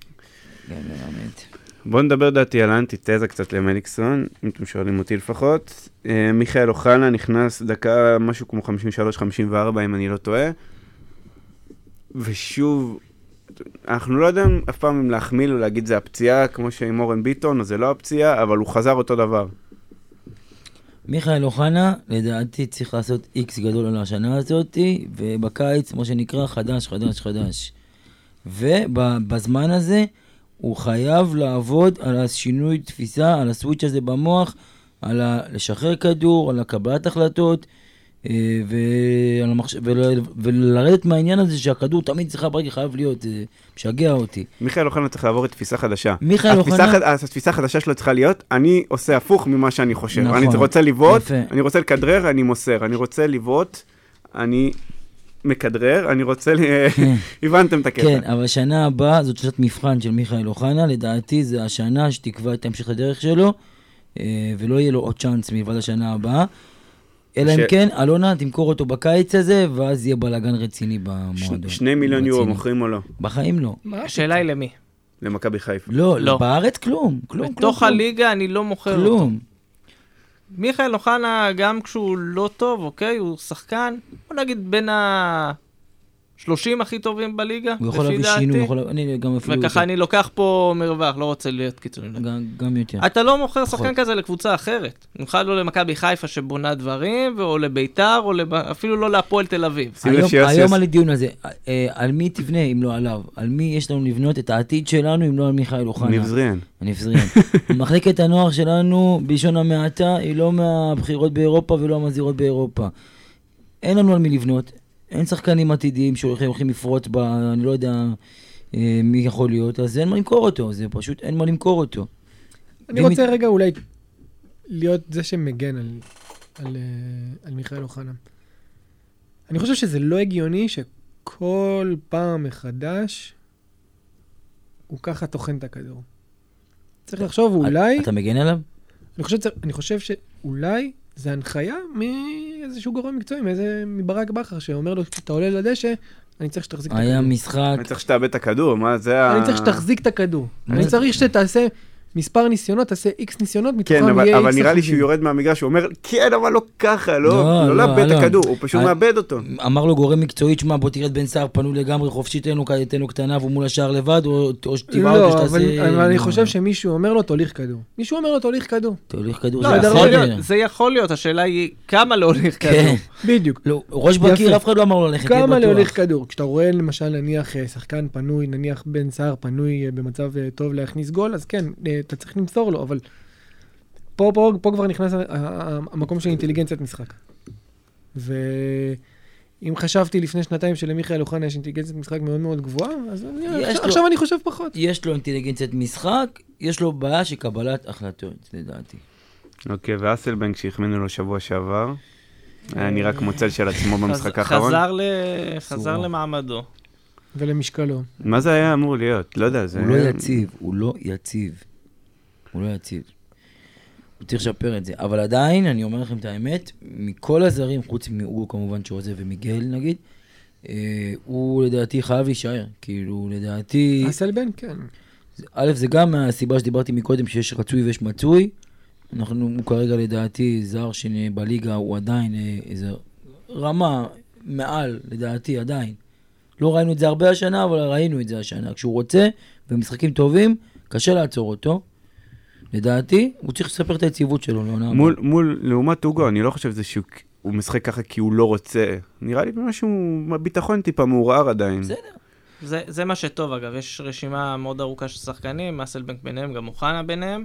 בואו נדבר דעתי על האנטיתזה קצת למליקסון, אם אתם שואלים אותי לפחות. מיכאל אוחנה נכנס דקה משהו כמו 53-54 אם אני לא טועה. ושוב, אנחנו לא יודעים אף פעם אם להחמיל או להגיד זה הפציעה כמו שעם אורן ביטון, או זה לא הפציעה, אבל הוא חזר אותו דבר. מיכאל אוחנה, לדעתי צריך לעשות איקס גדול על השנה הזאת, ובקיץ, כמו שנקרא, חדש. ובזמן הזה, הוא חייב לעבוד על השינוי תפיסה, על הסוויץ' הזה במוח, על לשחרר כדור, על הקבלת החלטות, ולרדת מהעניין הזה שהכדור תמיד צריכה ברגע חייב להיות, משגע אותי. מיכאל אוחנה צריך לעבור את תפיסה חדשה. התפיסה החדשה שלו צריכה להיות, אני עושה הפוך ממה שאני חושב. אני רוצה לבעוט, אני רוצה לכדרר, אני מוסר. אני רוצה לבעוט, אני מכדרר, אני רוצה הבנתם את הקטע. כן, אבל השנה הבאה, זאת שנת מבחן של מיכאל אוחנה, לדעתי זה השנה שתקבע את המשך הדרך שלו, ולא יהיה לו עוד צ'אנס מלבד השנה הבאה. אלא אם כן, אלונה תמכור אותו בקיץ הזה, ואז יהיה בלגן רציני במועדון. 2 מיליון יורו מוכרים או לא? בחיים לא. השאלה היא למי? למכבי חיפה. לא, בארץ כלום. בתוך הליגה אני לא מוכר אותו. מיכאל אוחנה, גם כשהוא לא טוב, אוקיי, הוא שחקן, בוא נגיד בין ה-30 הכי טובים בליגה, הוא יכול להביא שינוי, אני גם אפילו... וככה אני לוקח פה מרווח, לא רוצה להיות קיצוני. גם יותר. אתה לא מוכר שחקן כזה לקבוצה אחרת. נוכל לא למכבי חיפה שבונה דברים, או לביתר, או אפילו לא להפועל תל אביב. היום על הדיון הזה, על מי תבנה אם לא עליו? על מי יש לנו לבנות את העתיד שלנו אם לא על מיכאל אוחנה? נבזריאן. מחלקת הנוער שלנו, בלשון המעטה, היא לא מהבחירות באירופה ולא המזהירות באירופה. אין לנו על מי לבנות. אין שחקנים עתידיים שהולכים לפרוט אני לא יודע מי יכול להיות, אז אין מה למכור אותו, זה פשוט אין מה למכור אותו. אני רוצה רגע אולי להיות זה שמגן על מיכאל אוחנה. אני חושב שזה לא הגיוני שכל פעם מחדש הוא ככה תוכן את הכדור. צריך לחשוב אולי... אתה מגן עליו? אני חושב שאולי זה הנחיה מאיזשהו גורם מקצועי, מברק בכר, שאומר לו, כשאתה עולה לדשא, אני צריך שתחזיק את הכדור. היה משחק... אני צריך שתאבד את הכדור, מה זה אני צריך שתחזיק את הכדור. אני צריך שתעשה מספר ניסיונות, תעשה איקס ניסיונות, מתוכם יהיה כן, איקס אבל נראה לי שהוא יורד מהמגרש, הוא אומר, כן, אבל לא ככה, לא לאבד את הכדור, הוא פשוט מאבד אותו. אמר לו גורם מקצועי, שמה, בוא תרד בן סער, פנו לגמרי חופשי, תנו קטנה, והוא מול השאר לבד, או שתיבע אותו שתעשה... לא, אבל אני חושב שמישהו אומר לו, תוליך כדור. מישהו אומר לו, תוליך כדור. תוליך כדור, זה יכול להיות, השאלה היא כמה להוליך כדור. בדיוק. ראש בקיר, אף אחד לא אמר לו ללכת, כמה להוליך כדור. כשאתה רואה למשל נניח שחקן פנוי, נניח בן סער פנוי במצב טוב להכניס גול, אז כן, אתה צריך למסור לו, אבל פה כבר נכנס המקום של אינטליגנציית משחק. אם חשבתי לפני שנתיים שלמיכאל אוחנה יש אינטליגנציית משחק מאוד מאוד גבוהה, אז יש לו- עכשיו אני חושב פחות. יש לו אינטליגנציית משחק, יש לו בעיה של קבלת החלטות, לדעתי. אוקיי, ואסלבנק שהחמינו לו שבוע שעבר, היה נראה כמו צל של עצמו במשחק האחרון. חזר למעמדו. ולמשקלו. מה זה היה אמור להיות? לא יודע, זה... הוא לא יציב, הוא לא יציב. הוא לא יציב. הוא צריך לשפר את זה. אבל עדיין, אני אומר לכם את האמת, מכל הזרים, חוץ מאוגו כמובן שרוצה ומיגל נגיד, הוא לדעתי חייב להישאר. כאילו, לדעתי... אסלבנק, כן. א', זה גם מהסיבה שדיברתי מקודם, שיש רצוי ויש מצוי. הוא כרגע לדעתי זר שבליגה הוא עדיין איזו רמה מעל, לדעתי עדיין. לא ראינו את זה הרבה השנה, אבל ראינו את זה השנה. כשהוא רוצה, במשחקים טובים, קשה לעצור אותו. לדעתי, הוא צריך לספר את היציבות שלו. לעומת אוגו, אני לא חושב שהוא משחק ככה כי הוא לא רוצה. נראה לי משהו, ביטחון טיפה מעורער עדיין. בסדר. זה מה שטוב, אגב. יש רשימה מאוד ארוכה של שחקנים, אסלבנק ביניהם, גם אוחנה ביניהם,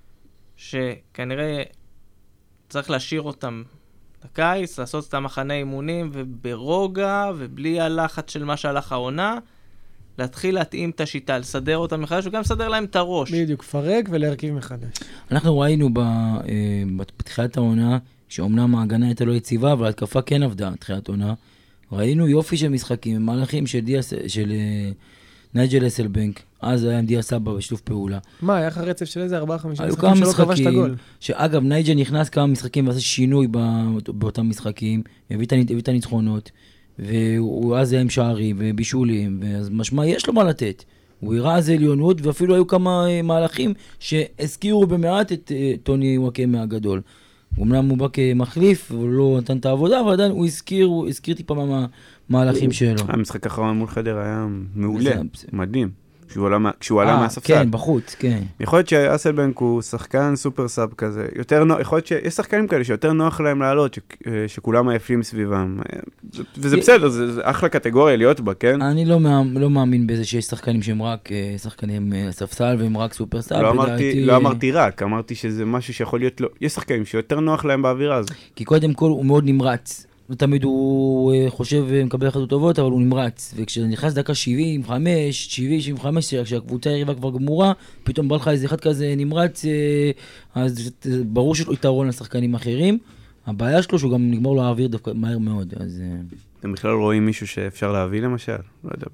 שכנראה צריך להשאיר אותם לקיץ, לעשות את המחנה אימונים, וברוגע, ובלי הלחץ של מה שהלך העונה, להתחיל להתאים את השיטה, לסדר אותם מחדש, וגם לסדר להם את הראש. בדיוק, פרק ולהרכיב מחדש. אנחנו ראינו בתחילת העונה, שאומנם ההגנה הייתה לא יציבה, אבל ההתקפה כן עבדה, תחילת העונה. ראינו יופי של משחקים, מהלכים של נייג'ל אסלבנק, אז היה עם דיה סבא בשיתוף פעולה. מה, היה לך רצף של איזה 4-5 היו כמה שלא כבש את הגול? שאגב, נייג'ל נכנס כמה משחקים ועשה שינוי באותם משחקים, הביא את הניצחונות, והוא אז היה עם שערים ובישולים, אז משמע יש לו מה לתת. הוא הראה אז עליונות, ואפילו היו כמה מהלכים שהזכירו במעט את טוני וואקמה הגדול. אמנם הוא בא כמחליף, הוא לא נתן את העבודה, אבל עדיין הוא הזכיר טיפה מהמהלכים שלו. המשחק האחרון מול חדר היה מעולה, מדהים. כשהוא עלה מהספסל. כן, בחוץ, כן. יכול להיות שאסלבנק הוא שחקן סופר סאב כזה. יכול להיות שיש שחקנים כאלה שיותר נוח להם לעלות, שכולם עייפים סביבם. וזה בסדר, זה אחלה קטגוריה להיות בה, כן? אני לא מאמין בזה שיש שחקנים שהם רק שחקנים ספסל והם רק סופר סאב. לא אמרתי רק, אמרתי שזה משהו שיכול להיות, יש שחקנים שיותר נוח להם באווירה הזו. כי קודם כל הוא מאוד נמרץ. ותמיד הוא חושב ומקבל החלטות טובות, אבל הוא נמרץ. וכשנכנס דקה 75, כשהקבוצה היריבה כבר גמורה, פתאום בא לך איזה אחד כזה נמרץ, אז ברור שיש לו יתרון לשחקנים אחרים. הבעיה שלו שהוא גם נגמר לו האוויר דווקא מהר מאוד. אתם בכלל רואים מישהו שאפשר להביא למשל? לא יודע,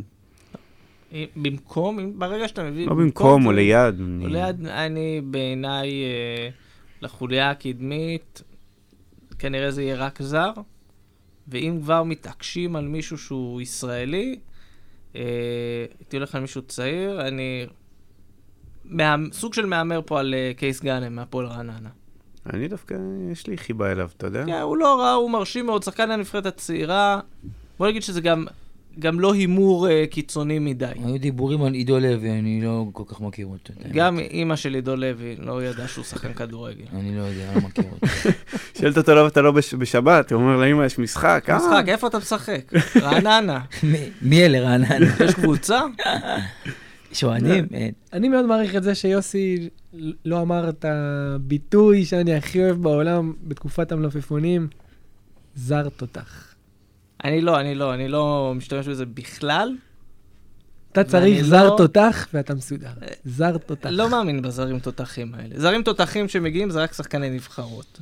במקום, ברגע שאתה מביא... לא במקום, או ליד. אני בעיניי לחוליה הקדמית, כנראה זה יהיה רק זר, ואם כבר מתעקשים על מישהו שהוא ישראלי, הייתי הולך על מישהו צעיר, אני סוג של מאמר פה על קייס גאנם מהפועל רעננה. אני דווקא, יש לי חיבה אליו, אתה יודע? כן, הוא לא רע, הוא מרשים מאוד, שחקן הנבחרת הצעירה, בוא נגיד שזה גם לא הימור קיצוני מדי. היו דיבורים על עידו לוי, אני לא כל כך מכיר אותו. גם אמא של עידו לוי לא ידע שהוא שחקן כדורגל. אני לא יודע, לא מכיר אותו. שאלת אותו למה אתה לא בשבת, הוא אומר לאמא יש משחק. משחק, איפה אתה משחק? רעננה. מי אלה רעננה? יש קבוצה? שוענים? אני מאוד מעריך את זה שיוסי לא אמר את הביטוי שאני הכי אוהב בעולם בתקופת המלפפונים, זר תותח. אני לא משתמש בזה בכלל. אתה צריך זר תותח ואתה מסודר. זר תותח. לא מאמין בזרים תותחים האלה. זרים תותחים שמגיעים זה רק שחקני נבחרות.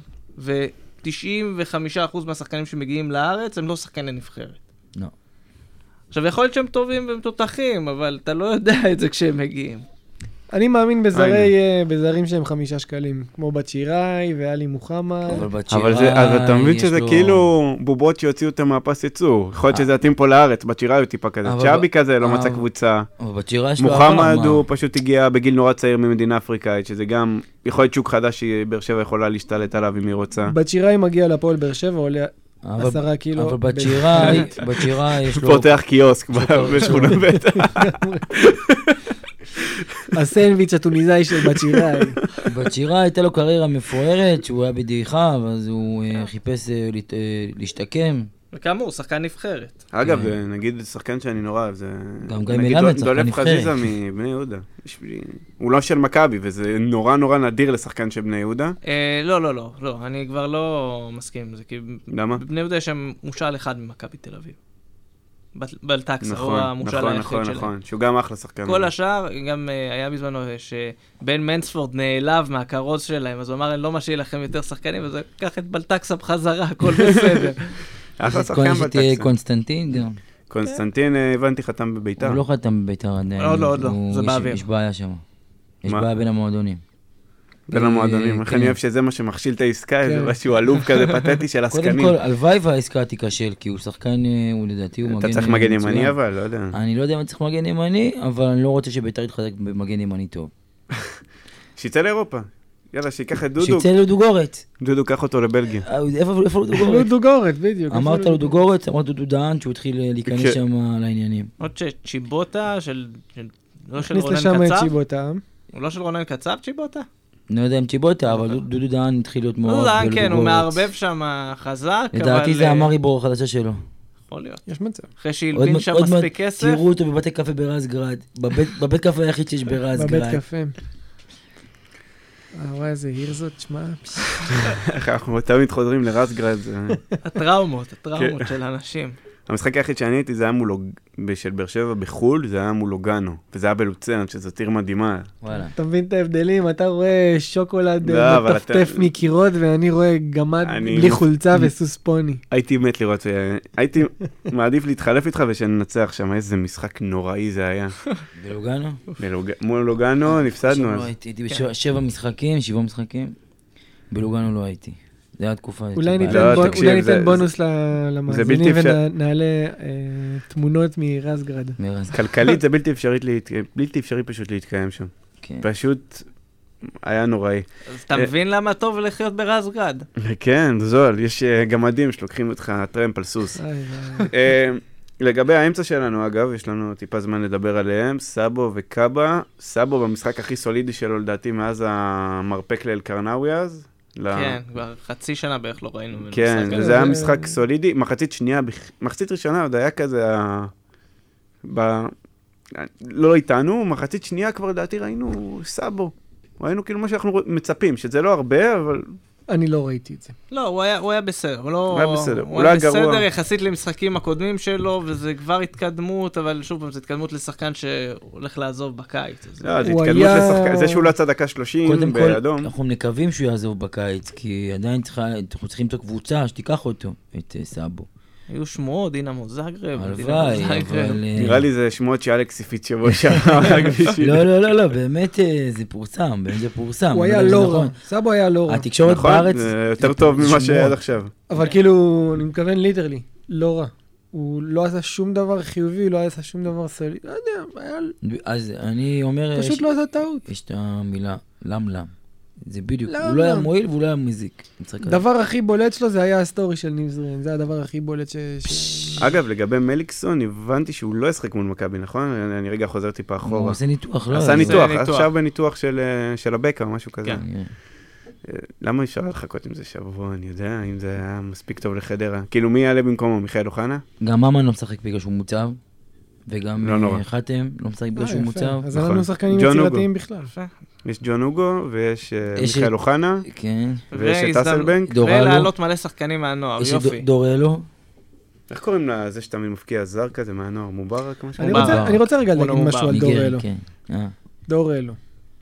ו-95% מהשחקנים שמגיעים לארץ הם לא שחקני נבחרת. לא. עכשיו, יכול להיות שהם טובים והם תותחים, אבל אתה לא יודע את זה כשהם מגיעים. אני מאמין בזרים שהם 5 שקלים, כמו בת שיראי ואלי מוחמד. אבל אתה מבין שזה כאילו בובות שיוציאו אותם מהפס ייצור. יכול להיות שזה יתאים פה לארץ, בת שיראי הוא טיפה כזה. צ'אבי כזה, לא מצא קבוצה. מוחמד הוא פשוט הגיע בגיל נורא צעיר ממדינה אפריקאית, שזה גם יכול להיות שוק חדש שבאר שבע יכולה להשתלט עליו אם היא רוצה. בת שיראי מגיע לפועל באר שבע, עולה 10 קילו. אבל בת שיראי יש לו... פותח קיוסק בשכונה בית. הסנדוויץ' הטוניסאי של בת שיראי. בת שיראי הייתה לו קריירה מפוארת, שהוא היה בדעיכה, אז הוא חיפש להשתקם. וכאמור, שחקן נבחרת. אגב, נגיד שחקן שאני נורא אוהב, זה... גם גיא מלמד, שחקן דולף נבחרת. חזיזה מבני יהודה. הוא לא של מכבי, וזה נורא נורא נדיר לשחקן של בני יהודה. לא, אני כבר לא מסכים עם זה, כי... למה? בבני יהודה יש שם מושל אחד ממכבי תל אביב. בלטקסה, הוא המושל היחיד שלהם. נכון, שהוא גם אחלה שחקן. כל השאר, גם היה בזמנו שבן מנספורד נעלב מהכרוז שלהם, אז הוא אמר, אני לא משאיר לכם יותר שחקנים, אז קח את בלטקסה בחזרה, הכל בסדר. אחלה שחקן שתהיה קונסטנטין גם. קונסטנטין, הבנתי, חתם בביתר. הוא לא חתם בביתר עדיין. עוד לא, זה באוויר. יש בעיה שם. יש בעיה בין המועדונים. בין המועדונים, איך אני אוהב שזה מה שמכשיל את העסקה, זה משהו עלוב כזה פתטי של עסקנים. קודם כל, הלוואי והעסקה תיכשל, כי הוא שחקן, הוא לדעתי, הוא מגן... אתה צריך מגן ימני אבל, לא יודע. אני לא יודע אם צריך מגן ימני, אבל אני לא רוצה שביתר יתחזק במגן ימני טוב. שיצא לאירופה. יאללה, שיקח את דודו. שיצא לדוגורת. דודו, קח אותו לבלגיה. איפה לדוגורת? לדוגורת, בדיוק. אמרת לדוגורת, אמרת דודו דהן, שהוא התחיל להיכנס שם לעניינים. עוד שצ'יבוטה לא של נכניס רונן לשם את קצב? צ'יבוטה. הוא לא של רונן קצב צ'יבוטה? לא יודע אם צ'יבוטה, אבל דודו דהן התחיל להיות מעורב דודו בלודוגורץ. דהן, כן, הוא מערבב שם חזק, אבל... לדעתי זה המריבור החדשה שלו. יכול להיות. יש מצב. אחרי שהלבין שם מספיק כסף. תראו אותו בבתי קפה ברזגרד. בבית קפה היחיד שיש ברזגרד. בבית קפה. וואי, איזה עיר זאת, שמע. אנחנו תמיד חוזרים לרזגרד. הטראומות של אנשים. המשחק היחיד שאני הייתי, זה היה של באר שבע בחול, זה היה מול לוגאנו, וזה היה בלוצרן, שזאת עיר מדהימה. וואלה. אתה מבין את ההבדלים? אתה רואה שוקולד מטפטף מקירות, ואני רואה גמד בלי חולצה וסוס פוני. הייתי מת לראות, הייתי מעדיף להתחלף איתך ושננצח שם, איזה משחק נוראי זה היה. בלוגאנו? מול לוגאנו נפסדנו. לא הייתי ב7 משחקים, 7 משחקים. בלוגאנו לא הייתי. זה היה תקופה... אולי ניתן בונוס למאזינים ונעלה תמונות מרזגרד. כלכלית זה בלתי אפשרי פשוט להתקיים שם. פשוט היה נוראי. אז אתה מבין למה טוב לחיות ברזגרד? כן, זול. יש גמדים שלוקחים אותך טרמפ על סוס. לגבי האמצע שלנו, אגב, יש לנו טיפה זמן לדבר עליהם, סאבו וקאבה. סאבו במשחק הכי סולידי שלו, לדעתי, מאז המרפק לאל-קרנאווי אז. כן, כבר חצי שנה בערך לא ראינו. כן, וזה היה משחק סולידי. מחצית ראשונה עוד היה כזה, לא איתנו, מחצית שנייה כבר לדעתי ראינו סאבו. ראינו כאילו מה שאנחנו מצפים, שזה לא הרבה, אבל... אני לא ראיתי את זה. לא, הוא היה בסדר. הוא היה בסדר. הוא היה בסדר יחסית למשחקים הקודמים שלו, וזה כבר התקדמות, אבל שוב פעם, זה התקדמנו לשחקן שהולך לעזוב בקיץ. לא, זה התקדמות לשחקן, זה שהוא לא יצא דקה 30 באדום. קודם כל, אנחנו מקווים שהוא יעזוב בקיץ, כי עדיין אנחנו צריכים את הקבוצה שתיקח אותו, את סאבו. היו שמועות, דינמו זאגרב. הלוואי, אבל... נראה לי זה שמועות שאלכס הפיץ שבוע שם. לא, באמת זה פורסם, באמת זה פורסם. הוא היה לא רע, סאבו היה לא רע. התקשורת בארץ... זה יותר טוב ממה שעד עכשיו. אבל כאילו, אני מכוון ליטרלי, לא רע. הוא לא עשה שום דבר חיובי, לא עשה שום דבר סולי. לא יודע, היה... אז אני אומר... פשוט לא עשה טעות. יש את המילה, למלם. זה בדיוק, הוא לא היה מועיל והוא לא היה מזיק. הדבר הכי בולט שלו זה היה הסטורי של ניבזרין, זה הדבר הכי בולט אגב, לגבי מליקסון, הבנתי שהוא לא ישחק מול מכבי, נכון? אני רגע חוזר טיפה אחורה. הוא עושה ניתוח, לא? עשה ניתוח, עכשיו בניתוח של הבקה או משהו כזה. כן. למה אפשר לחכות עם זה שבוע? אני יודע, אם זה היה מספיק טוב לחדרה. כאילו, מי יעלה במקומו? מיכאל אוחנה? גם ממן לא משחק בגלל שהוא מוצב, וגם חתם לא משחק בגלל שהוא מוצב. אז אנחנו שחקנים יצירתיים בכלל. יש ג'ון אוגו, ויש מיכאל אוחנה, ויש את אסלבנק. ולהעלות מלא שחקנים מהנוער, יופי. דורלו. איך קוראים לזה שאתה מפקיע זר כזה מהנוער? מובארק? אני רוצה רגע להגיד משהו על דורלו. דורלו.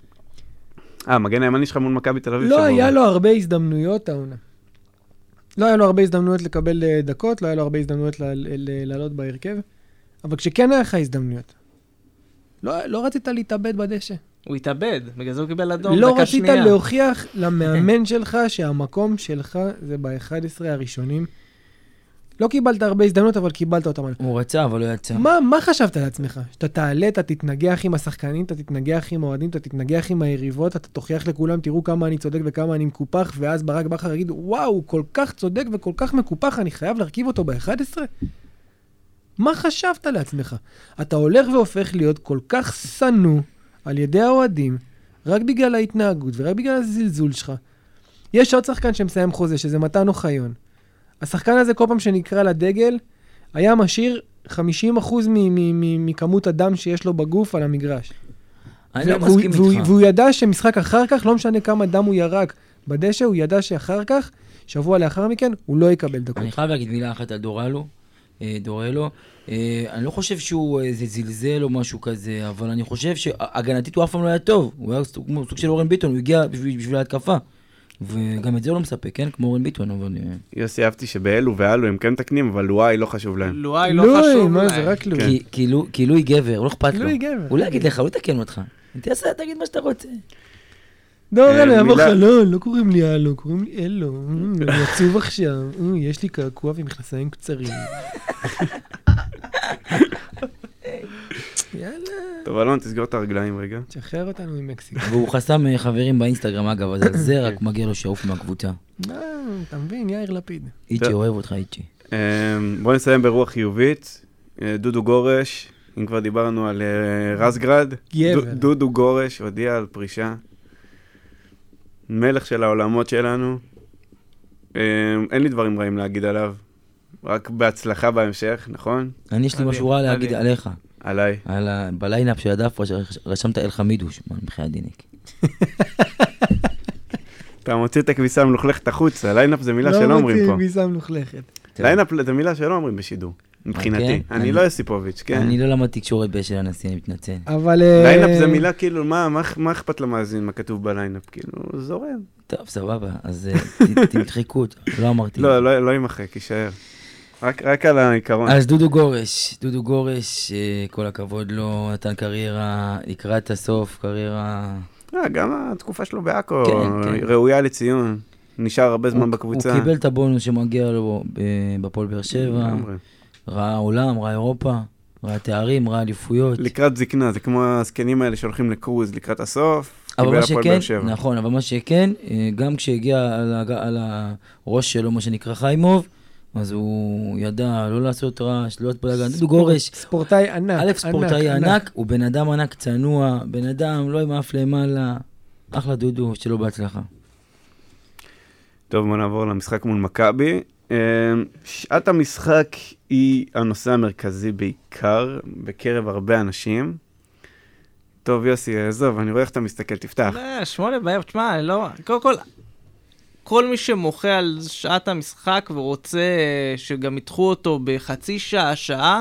מגן הימני שלך מול מכבי תל אביב. לא היה לו הרבה הזדמנויות העונה. לא היה לו הרבה הזדמנויות לקבל דקות, לא היה לו הרבה הזדמנויות לעלות בהרכב, אבל כשכן היה לך הזדמנויות, לא רצית להתאבד בדשא. הוא התאבד, בגלל זה הוא קיבל אדום לא דקה שנייה. רצית להוכיח למאמן שלך שהמקום שלך זה ב-11 הראשונים. לא קיבלת הרבה הזדמנות, אבל קיבלת אותם. הוא רצה, אבל לא יצא. מה חשבת לעצמך? שאתה תעלה, אתה תתנגח עם השחקנים, אתה תתנגח עם האוהדים, אתה תתנגח עם היריבות, אתה תוכיח לכולם, תראו כמה אני צודק וכמה אני מקופח, ואז ברק בכר יגיד, וואו, הוא כל כך צודק וכל כך מקופח, אני חייב להרכיב אותו ב-11? מה חשבת לעצמך? אתה הולך והופך להיות כל כך סנוע על ידי האוהדים, רק בגלל ההתנהגות ורק בגלל הזלזול שלך. יש עוד שחקן שמסיים חוזה, שזה מתן אוחיון. השחקן הזה כל פעם שנקרא לדגל, היה משאיר 50% מכמות הדם שיש לו בגוף על המגרש. אני לא מסכים איתך. והוא ידע שמשחק אחר כך, לא משנה כמה דם הוא ירק בדשא, הוא ידע שאחר כך, שבוע לאחר מכן, הוא לא יקבל דקות. אני חייב להגיד מילה אחת על דורלו. אני לא חושב שהוא איזה זלזל או משהו כזה, אבל אני חושב שהגנתית הוא אף פעם לא היה טוב. הוא היה סוג של אורן ביטון, הוא הגיע בשביל ההתקפה. וגם את זה הוא לא מספק, כן? כמו אורן ביטון, אבל... יוסי, אהבתי שבאלו ואלו הם כן תקנים, אבל לואי לא חשוב להם. לואי לא חשוב מה להם. זה, רק לואי. כי לואי גבר, לא אכפת לו. לואי גבר. הוא לא יגיד לך, הוא יתקן אותך. תגיד מה שאתה רוצה. דורלו, יבוא חלון, לא קוראים לי אלו, קוראים לי אלו. אני עצוב עכשיו. יש לי קעקוע ומכנסיים קצרים. יאללה. טוב, אלון, תסגור את הרגליים רגע. תשחרר אותנו ממקסיקו. והוא חסם חברים באינסטגרם, אגב, אז על זה רק מגיע לו שעוף מהקבוצה. אתה מבין, יאיר לפיד. איצ'י, אוהב אותך, איצ'י. בואו נסיים ברוח חיובית. דודו גורש, אם כבר דיברנו על רסגרד, דודו גורש הודיע על פרישה. מלך של העולמות שלנו. אין לי דברים רעים להגיד עליו. רק בהצלחה בהמשך, נכון? אני יש לי משהו רע להגיד עליך. עליי. בליינאפ של הדף רשמת אל חמידוש, מבחינת דיניק. אתה מוציא את הכביסה המלוכלכת החוצה, ליינאפ זה מילה שלא אומרים פה. לא מוציא כביסה המלוכלכת. ליינאפ זה מילה שלא אומרים בשידור, מבחינתי. אני לא יוסיפוביץ', כן. אני לא למד תקשורת בשל הנשיא, אני מתנצל. אבל... ליינאפ זה מילה כאילו, מה אכפת למאזין, מה כתוב בליינאפ? כאילו, זורם. טוב, סבבה, אז תמחקו אותו, לא אמרתי. לא ימחק, יישאר. רק על העיקרון. אז דודו גורש, כל הכבוד לו, נתן קריירה, לקראת הסוף, קריירה... גם התקופה שלו בעכו, ראויה לציון, נשאר הרבה זמן בקבוצה. הוא קיבל את הבונוס שמגיע לו בפועל באר שבע, ראה עולם, ראה אירופה, ראה תארים, ראה אליפויות. לקראת זקנה, זה כמו הזקנים האלה שהולכים לקרוז לקראת הסוף, קיבל הפועל באר שבע. נכון, אבל מה שכן, גם כשהגיע על הראש שלו, מה שנקרא חיימוב, אז הוא ידע לא לעשות רעש, לא לעשות בלגן. דודו גורש, ספורטאי ענק. א', ספורטאי ענק, הוא בן אדם ענק צנוע, בן אדם לא עם אף למעלה, אחלה דודו, שלא בהצלחה. טוב, בוא נעבור למשחק מול מכבי. שעת המשחק היא הנושא המרכזי בעיקר, בקרב הרבה אנשים. טוב, יוסי, עזוב, אני רואה איך אתה מסתכל, תפתח. 8 בערב, תשמע, לא... קודם כל... כל מי שמוחה על שעת המשחק ורוצה שגם יתחו אותו בחצי שעה, שעה,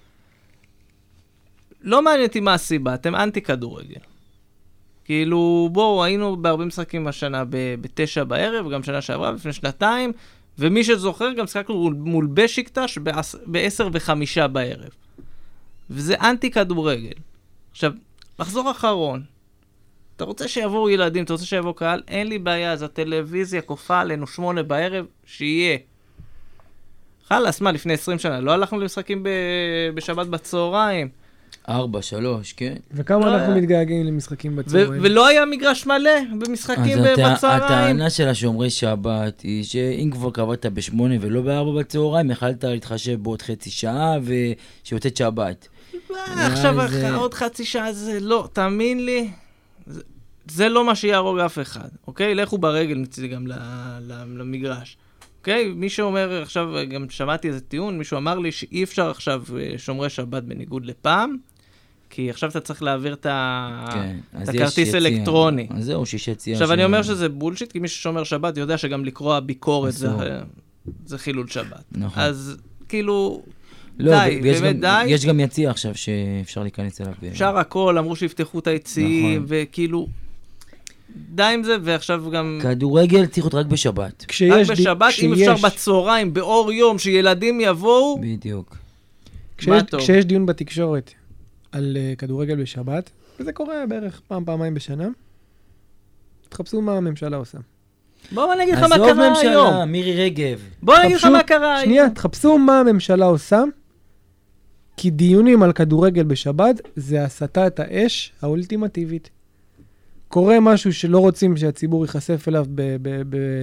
לא מעניין אותי מה הסיבה, אתם אנטי כדורגל. כאילו, בואו, היינו בהרבה משחקים השנה ב9 בערב, גם שנה שעברה, לפני שנתיים, ומי שזוכר גם שחקנו מול בשיקטש ב10:05 בערב. וזה אנטי כדורגל. עכשיו, מחזור אחרון. אתה רוצה שיבואו ילדים, אתה רוצה שיבואו קהל, אין לי בעיה, אז הטלוויזיה כופה עלינו 8 בערב, שיהיה. חלס, מה, לפני 20 שנה, לא הלכנו למשחקים בשבת בצהריים? 4, 3, כן. וכמה אנחנו מתגעגעים למשחקים בצהריים? ולא היה מגרש מלא במשחקים בצהריים. אז הטענה של השומרי שבת היא שאם כבר קבעת ב8 ולא ב4 בצהריים, יכלת להתחשב בעוד חצי שעה ושיוצאת שבת. עכשיו עוד חצי שעה זה לא, תאמין לי. זה לא מה שיהרוג אף אחד, אוקיי? לכו ברגל נציג גם למגרש, אוקיי? מי שאומר עכשיו, גם שמעתי איזה טיעון, מישהו אמר לי שאי אפשר עכשיו שומרי שבת בניגוד לפעם, כי עכשיו אתה צריך להעביר את הכרטיס אלקטרוני. אז זהו, שיש יציאה. עכשיו אני אומר שזה בולשיט, כי מי ששומר שבת יודע שגם לקרוא ביקורת זה חילול שבת. נכון. אז כאילו... די, באמת די. יש גם יציע עכשיו שאפשר להיכנס אליו. אפשר הכל, אמרו שיפתחו את היציעים, וכאילו, די עם זה, ועכשיו גם... כדורגל צריך להיות רק בשבת. רק בשבת, אם אפשר בצהריים, באור יום, שילדים יבואו. בדיוק. כשיש דיון בתקשורת על כדורגל בשבת, וזה קורה בערך פעמיים בשנה, תחפשו מה הממשלה עושה. בואו אני אגיד לך מה קרה היום. עזוב ממשלה, מירי רגב. בואו אני אגיד לך מה קרה היום. שנייה, תחפשו מה הממשלה עושה, כי דיונים על כדורגל בשבת זה הסתת האש האולטימטיבית. קורה משהו שלא רוצים שהציבור ייחשף אליו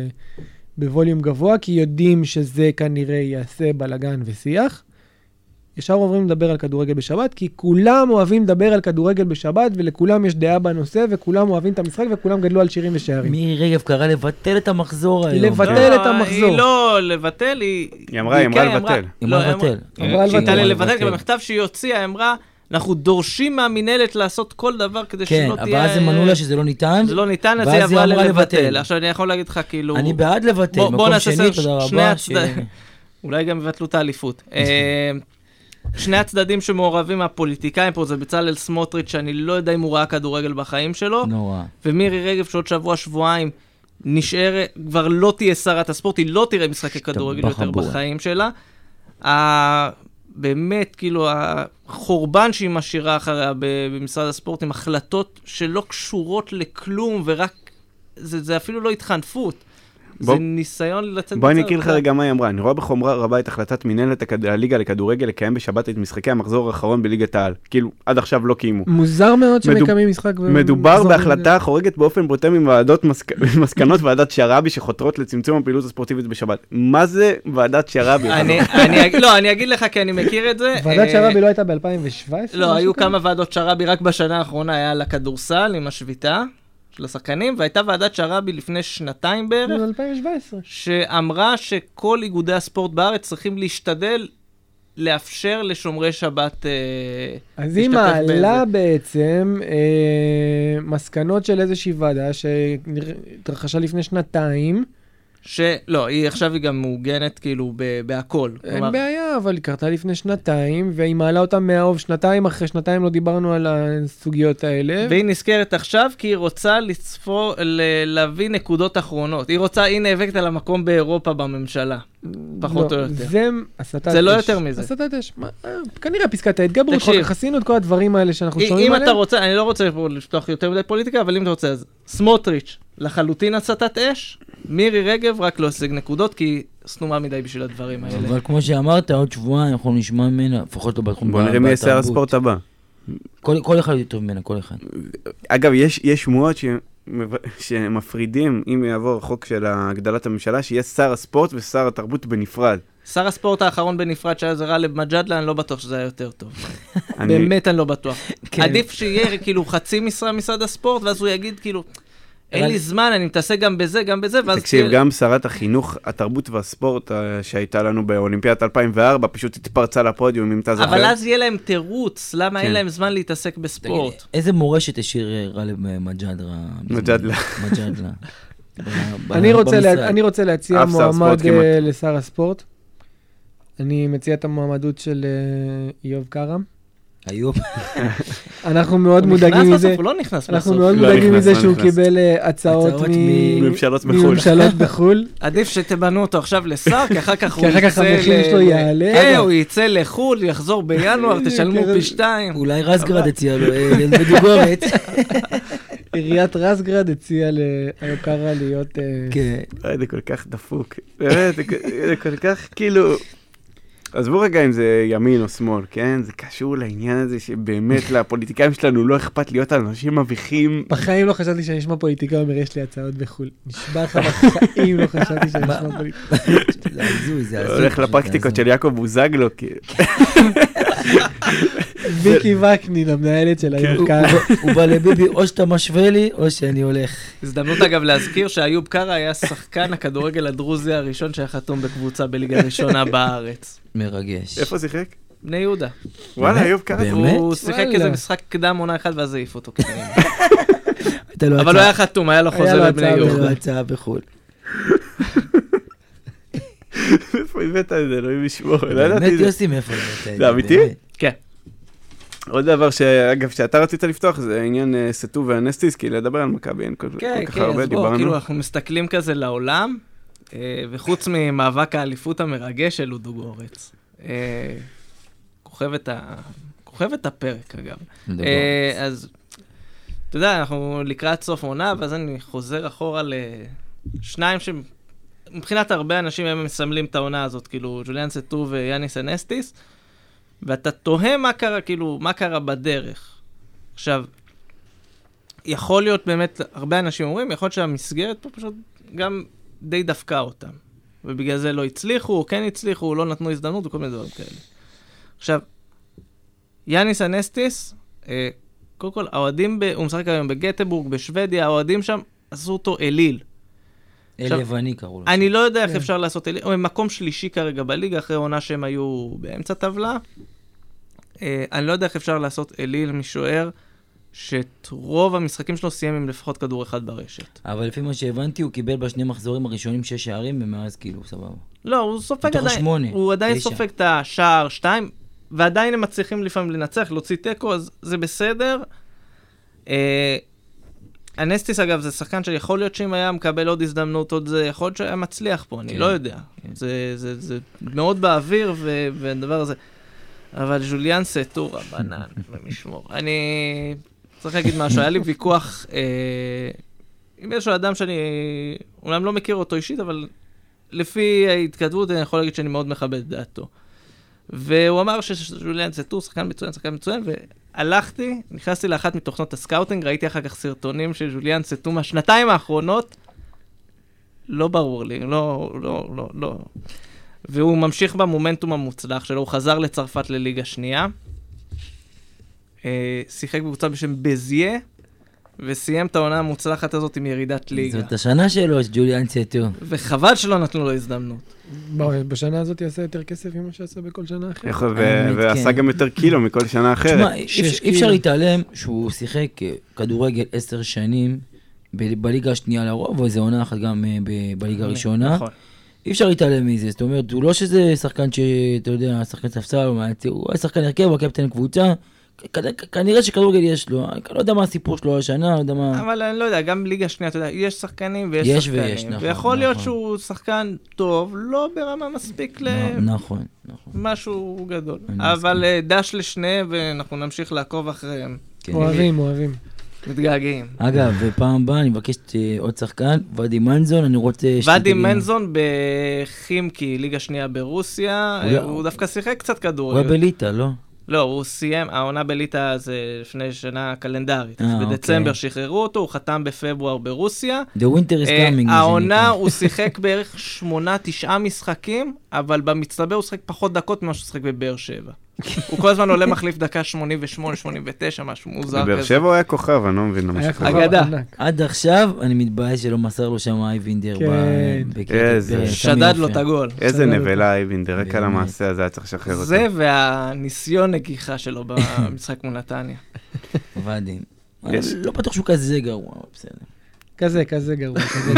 בווליום גבוה, כי יודעים שזה כנראה יעשה בלגן ושיח. ישר עוברים לדבר על כדורגל בשבת, כי כולם אוהבים לדבר על כדורגל בשבת, ולכולם יש דעה בנושא, וכולם אוהבים את המשחק, וכולם גדלו על שירים ושערים. מירי רגב קרא לבטל את המחזור היום. לבטל את המחזור. היא לא לבטל, היא אמרה לבטל. היא אמרה לבטל. היא תעלה לבטל, כי במכתב שהיא הוציאה, אמרה, אנחנו דורשים מהמינהלת לעשות כל דבר כדי שלא תהיה... כן, אבל אז הם ענו לה שזה לא ניתן. זה לא ניתן, אז היא עברה לבטל. עכשיו אני יכול להגיד לך כאילו... אני בעד לבטל, מקום שני, תודה רבה. אולי גם יבטלו את האליפות. שני הצדדים שמעורבים מהפוליטיקאים פה, זה בצלאל סמוטריץ', שאני לא יודע אם הוא ראה כדורגל בחיים שלו. נורא. ומירי רגב, שעוד שבוע-שבועיים, נשאר, כבר לא תהיה שרת הספורט, היא לא תראה משחקי כדורגל יותר בחיים שלה. באמת, כאילו, החורבן שהיא משאירה אחריה במשרד הספורט, עם החלטות שלא קשורות לכלום, ורק, זה אפילו לא התחנפות. זה ניסיון לצאת... בואי נקריא לך רגע מה היא אמרה. אני רואה בחומרה רבה את החלטת מנהלת הליגה לכדורגל לקיים בשבת את משחקי המחזור האחרון בליגת העל. כאילו, עד עכשיו לא קיימו. מוזר מאוד שמקיימים משחק... מדובר בהחלטה חורגת באופן בוטה מוועדות מסקנות ועדת שרעבי שחותרות לצמצום הפעילות הספורטיבית בשבת. מה זה ועדת שרעבי? לא, אני אגיד לך כי אני מכיר את זה. ועדת שרעבי לא הייתה ב-2017? לא, היו כמה ועדות שרעבי, רק בשנה האחרונה היה לכדורסל עם השביתה. של השחקנים, והייתה ועדת שרעבי לפני שנתיים בערך, 2017. שאמרה שכל איגודי הספורט בארץ צריכים להשתדל לאפשר לשומרי שבת אז היא מעלה בעצם מסקנות של איזושהי ועדה שהתרחשה לפני שנתיים, לא, עכשיו היא גם מעוגנת כאילו בהכל. אין בעיה, אבל היא קרתה לפני שנתיים, והיא מעלה אותה מהאוב שנתיים, אחרי שנתיים לא דיברנו על הסוגיות האלה. והיא נזכרת עכשיו, כי היא רוצה להביא נקודות אחרונות. היא נאבקת על המקום באירופה בממשלה. פחות או יותר. זה לא יותר מזה. הסתת אש. כנראה פסקת ההתגברות, חוק החסינות, כל הדברים האלה שאנחנו שומעים עליהם. אם אתה רוצה, אני לא רוצה לפתוח יותר מדי פוליטיקה, אבל אם אתה רוצה, אז סמוטריץ' לחלוטין הסתת אש, מירי רגב רק לא השיג נקודות, כי היא סנומה מדי בשביל הדברים האלה. אבל כמו שאמרת, עוד שבועיים אנחנו נשמע ממנה, לפחות לא בתחום... בוא נראה מי יעשה הספורט הבא. כל אחד יותר ממנה, כל אחד. אגב, יש שמועות שמפרידים, אם יעבור חוק של הגדלת הממשלה, שיהיה שר הספורט ושר התרבות בנפרד. שר הספורט האחרון בנפרד שהיה זה גאלב מג'אדלה, אני לא בטוח שזה היה יותר טוב. באמת אני לא בטוח. עדיף שיהיה כאילו חצי משרה משרד הספורט, ואז הוא יגיד כאילו, אין לי זמן, אני מתעסק גם בזה, גם בזה, ואז... תקשיב, גם שרת החינוך, התרבות והספורט שהייתה לנו באולימפיאדת 2004, פשוט התפרצה לפודיום, אם אתה זוכר. אבל אז יהיה להם תירוץ, למה אין להם זמן להתעסק בספורט? איזה מורשת השאיר גאלב מג'אדלה? אני רוצה להציע מועמד לשר הספורט. אני מציע את המועמדות של איוב קרא. איוב. אנחנו מאוד מודאגים מזה. הוא לא נכנס בסוף. אנחנו מאוד מודאגים מזה שהוא קיבל הצעות מממשלות בחול. עדיף שתבנו אותו עכשיו לשר, כי אחר כך המחיר שלו יעלה. כן, הוא יצא לחול, יחזור בינואר, תשלמו פי 2. אולי רסגרד הציע לו בדוגורת. עיריית רסגרד הציעה לאיוב קרא להיות... כן. זה כל כך דפוק. באמת, זה כל כך כאילו... עזבו רגע אם זה ימין או שמאל, כן? זה קשור לעניין הזה שבאמת לפוליטיקאים שלנו לא אכפת להיות על אנשים מביכים. בחיים לא חשבתי שאני אשמע פוליטיקה אומר יש לי הצעות בחול. נשבע לך בחיים לא חשבתי שאני אשמע פוליטיקה. זה הזוי, זה הזוי. הולך לפרקטיקות של יעקב בוזגלו. ויקי וקנין, המנהלת של איוב קרא. הוא בא לביבי, או שאתה משווה לי, או שאני הולך. הזדמנות אגב להזכיר שאיוב קרא היה שחקן הכדורגל הדרוזי הראשון שהיה חתום בקבוצה בליגה ראשונה בארץ. מרגש. איפה שיחק? בני יהודה. וואלה, איוב קרא. הוא שיחק איזה משחק קדם עונה אחד ואז העיף אותו. אבל הוא היה חתום, היה לו חוזה לבני יהודה. היה לו הצעה בחול. איפה הבאת את זה? אלוהים ישמור. באמת יוסי מאיפה הבאת את זה. זה אמיתי? כן. עוד דבר שאגב, שאתה רצית לפתוח, זה העניין סטו והנסטיס, כי לדבר על מכבי אין כל כך הרבה, דיברנו. כאילו אנחנו מסתכלים כזה לעולם, וחוץ ממאבק האליפות המרגש של לודו גורץ. כוכבת הפרק, אגב. אז, אתה יודע, אנחנו לקראת סוף עונה, ואז אני חוזר אחורה לשניים שמבחינת הרבה אנשים הם מסמלים את העונה הזאת, כאילו, ג'וליאן סטו ויאניס אנסטיס, ואתה תוהה מה קרה, כאילו, מה קרה בדרך. עכשיו, יכול להיות באמת, הרבה אנשים אומרים, יכול להיות שהמסגרת פה פשוט גם די דפקה אותם. ובגלל זה לא הצליחו, או כן הצליחו, או לא נתנו הזדמנות, וכל מיני דברים כאלה. עכשיו, יאניס אנסטיס, קודם כל, האוהדים, הוא משחק היום בגטבורג, בשוודיה, האוהדים שם עשו אותו אליל. לבני קראו לו. אני לא יודע איך אפשר לעשות אליל, הם מקום שלישי כרגע בליגה, אחרי עונה שהם היו באמצע טבלה. אני לא יודע איך אפשר לעשות אליל משוער, שאת רוב המשחקים שלו סיים עם לפחות כדור אחד ברשת. אבל לפי מה שהבנתי, הוא קיבל בשני מחזורים הראשונים 6 שערים, ומאז כאילו, סבבה. לא, הוא סופג מתוך עדיין, 8, הוא עדיין 9. סופג את השער 2, ועדיין הם מצליחים לפעמים לנצח, להוציא טקו, אז זה בסדר. אנסטיס, אגב, זה שחקן שיכול להיות שאם היה מקבל עוד הזדמנות, עוד זה יכול להיות שהיה מצליח פה, אני לא יודע. זה מאוד באוויר, והדבר הזה. אבל ז'וליאן סטור, הבנן, במשמור. אני צריך להגיד משהו, היה לי ויכוח, אם יש לו אדם שאני, אולי לא מכיר אותו אישית, אבל לפי ההתכתבות אני יכול להגיד שאני מאוד מכבד את דעתו. והוא אמר שז'וליאן סטור, שחקן מצוין, והלכתי, נכנסתי לאחת מתוכנות הסקאוטינג, ראיתי אחר כך סרטונים של ז'וליאן סטור מהשנתיים האחרונות, לא ברור לי, לא. והוא ממשיך במומנטום המוצלח שלו, הוא חזר לצרפת לליגה שנייה, שיחק בקבוצה בשם בזיה, וסיים את העונה המוצלחת הזאת עם ירידת ליגה. זאת השנה שלו, ג'וליאן סטור. וחבל שלא נתנו לו הזדמנות. בשנה הזאת יעשה יותר כסף ממה שעשה בכל שנה אחרת. ועשה גם יותר קילו מכל שנה אחרת. תשמע, אי אפשר להתעלם שהוא שיחק כדורגל 10 שנים בליגה השנייה לרוב, או איזה עונה אחת גם בליגה הראשונה. נכון. אי אפשר להתעלם מזה, זאת אומרת, הוא לא שזה שחקן שאתה יודע, שחקן ספסל, הוא היה שחקן הרכב, הוא הקפטן קבוצה, כנראה שכדורגל יש לו, אני לא יודע מה הסיפור שלו השנה, לא יודע מה... אבל אני לא יודע, גם בליגה שנייה, אתה יודע, יש שחקנים ויש שחקנים, נכון, ויכול להיות שהוא שחקן טוב, לא ברמה מספיק נכון. משהו גדול. אבל דש לשניהם, ואנחנו נמשיך לעקוב אחריהם. אוהבים. מתגעגעים. אגב, ופעם הבאה אני מבקש עוד שחקן, ואדי מנזון, אני רוצה... ואדי מנזון בחימקי, ליגה שנייה ברוסיה, הוא דווקא שיחק קצת כדור. הוא היה בליטה, לא? לא, הוא סיים, העונה בליטה זה לפני שנה קלנדרית. בדצמבר שחררו אותו, הוא חתם בפברואר ברוסיה. The winter is coming. העונה הוא שיחק בערך 8-9 משחקים, אבל במצטבר הוא שיחק פחות דקות ממה שהוא שיחק בבאר שבע. הוא כל הזמן עולה מחליף דקה 88, 89, משהו מוזר כזה. בבאר שבע הוא היה כוכב, אני לא מבין למה שכוכב. אגדה. עד עכשיו אני מתבאס שלא מסר לו שם אייבינדר. שדד לו את הגול. איזה נבלה אייבינדר, רק על המעשה הזה היה צריך לשחרר אותו. זה והניסיון נגיחה שלו במשחק מול נתניה. ועדים. לא בטוח שהוא כזה גרוע, בסדר. כזה גרוע.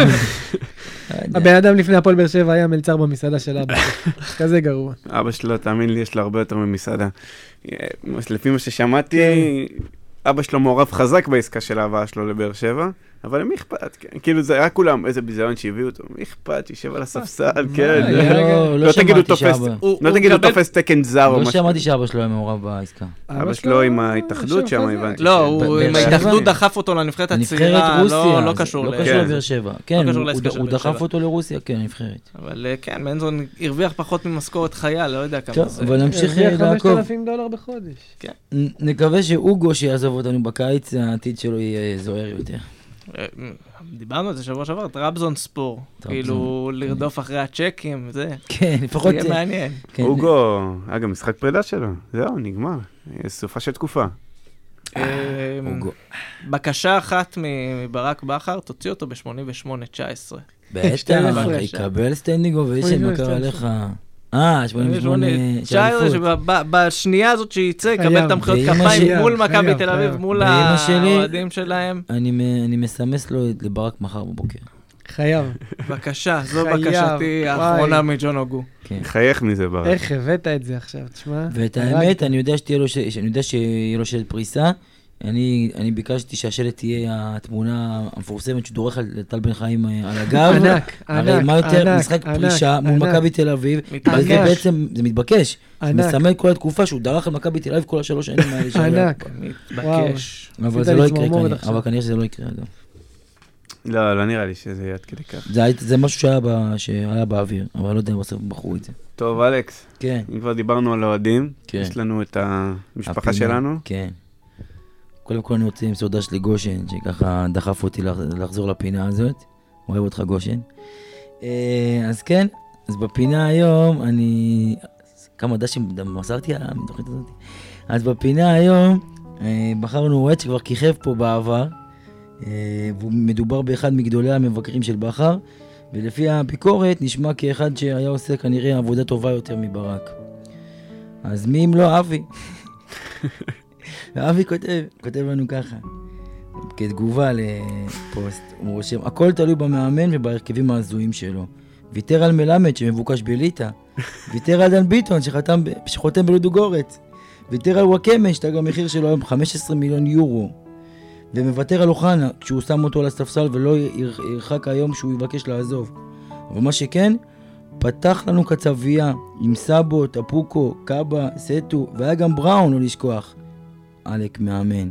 הבן אדם לפני הפועל באר שבע היה מלצר במסעדה של אבא. כזה גרוע. אבא שלו, תאמין לי, יש לו הרבה יותר ממסעדה. לפי מה ששמעתי, אבא שלו מעורב חזק בעסקה של האהבה שלו לבאר שבע, אבל מי אכפת? כאילו זה היה כולם, איזה ביזיון שהביאו אותו, מי אכפת? שישב על הספסל, כן. לא שמעתי שאבא. לא תגידו תופס תקן זר או לא משהו. שמעתי שאבא שלו היה מעורב בעסקה. אבא שלו עם ההתאחדות שם, הבנתי. לא, הוא עם ההתאחדות דחף אותו לנבחרת הצעירה, לא קשור לבאר שבע. כן, הוא דחף אותו לרוסיה, כן, נבחרת. אבל כן, מנזון הרוויח פחות ממשכורת חייל, לא יודע כמה זה. אבל נמשיך לעקוב. $5,000 בחודש. נקווה שאוגו שיעזוב אותנו בקיץ, העתיד שלו יהיה זוהר יותר. דיברנו על זה שבוע שעבר, טרבזון ספור, כאילו לרדוף אחרי הצ'קים, זה. כן, לפחות... יהיה מעניין. אוגו, אגב, משחק פרידה שלו, זהו, נגמר, סופה של תקופה. בקשה אחת מברק בכר, תוציא אותו ב-88-19. בטח, יקבל סטנדינג אוביישן, מה קרה לך? 88, 19, בשנייה הזאת שיצא, יקבל את המחיאות כפיים מול מכבי תל אביב, מול האוהדים שלהם. אני מסמס לו לברק מחר בבוקר. חייב. בבקשה, זו בקשתי האחרונה מג'ון אוגו. חייך מזה ברק. איך הבאת את זה עכשיו, תשמע. ואת האמת, אני יודע שיהיה לו שלט פריסה, אני ביקשתי שהשלט תהיה התמונה המפורסמת שדורך על טל בן חיים על הגב. הרי מה יותר משחק פרישה מול מכבי תל אביב, וזה בעצם, זה מתבקש. זה מסמל כל התקופה שהוא דרך על מכבי תל אביב כל 3 שנים האלה. ענק. מתבקש. אבל זה לא יקרה כנראה, אבל כנראה שזה לא יקרה אגב. לא נראה לי שזה יהיה עד כדי כך. זה משהו שהיה באוויר, אבל לא יודע אם בסוף בחרו את זה. טוב, אלכס. כן. אם כבר דיברנו על אוהדים, יש לנו את המשפחה שלנו. כן. קודם כל אני רוצה למסור דש לגושן, שככה דחף אותי לחזור לפינה הזאת. אוהב אותך גושן. אז כן, אז בפינה היום אני כמה דשים מסרתי על התוכנית הזאת. אז בפינה היום בחרנו אוהד שכבר כיכב פה בעבר, והוא מדובר באחד מגדולי המבקרים של בכר, ולפי הביקורת נשמע כאחד שהיה עושה כנראה עבודה טובה יותר מברק. אז מי אם לא אבי? ואבי כותב לנו ככה, כתגובה לפוסט, הוא רושם, הכל תלוי במאמן ובהרכבים ההזויים שלו. ויתר על מלמד שמבוקש בליטה, ויתר על דן ביטון שחותם בלודוגורץ, ויתר על וואקמה שתג המחיר שלו היום 15 מיליון יורו, ומוותר על אוחנה כשהוא שם אותו על הספסל ולא ירחק היום שהוא יבקש לעזוב. אבל מה שכן, פתח לנו קצבייה עם סאבו, טפוקו, קאבה, סטו, והיה גם בראון לא לשכוח. אלק מאמן.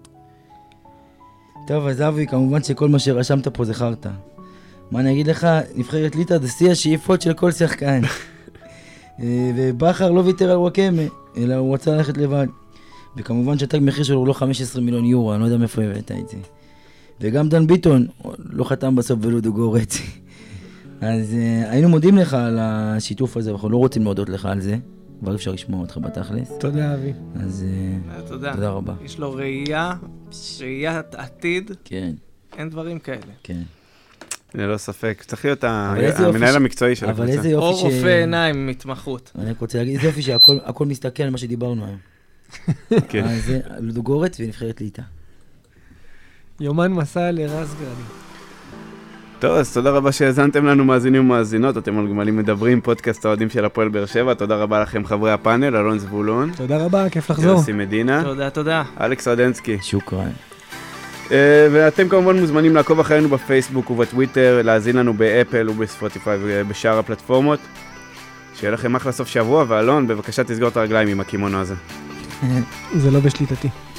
טוב, אז אבי, כמובן שכל מה שרשמת פה זה חרטה. מה אני אגיד לך? נבחרת ליטא זה שיא השאיפות של כל שחקן. ובכר לא ויתר על וואקמה, אלא הוא רצה ללכת לבד. וכמובן שהתג מחיר שלו הוא לא 15 מיליון יורו, אני לא יודע מאיפה הבאת את זה. וגם דן ביטון לא חתם בסוף בלודוגורץ. אז היינו מודים לך על השיתוף הזה, אנחנו לא רוצים להודות לך על זה. כבר אפשר לשמוע אותך בתכלס. תודה, אבי. אז תודה רבה. יש לו ראיית עתיד. כן. אין דברים כאלה. כן. ללא ספק. צריך להיות המנהל המקצועי של הקבוצה. אבל איזה יופי או רופא עיניים עם התמחות. אני רוצה להגיד, איזה יופי שהכל מסתכל על מה שדיברנו היום. כן. אז זה לודוגורץ ונבחרת ליטא. יומן מסע לרס גרדי. טוב, אז תודה רבה שהאזנתם לנו, מאזינים ומאזינות. אתם על גמלים מדברים, פודקאסט האוהדים של הפועל באר שבע. תודה רבה לכם חברי הפאנל, אלון זבולון. תודה רבה, כיף לחזור. יוסי מדינה. תודה. אלכס רדנסקי. שוקרן. ואתם כמובן מוזמנים לעקוב אחרינו בפייסבוק ובטוויטר, להאזין לנו באפל ובספוטיפיי ובשאר הפלטפורמות. שיהיה לכם אחלה סוף שבוע, ואלון, בבקשה תסגור את הרגליים עם הקימונו הזה. זה לא בשליטתי.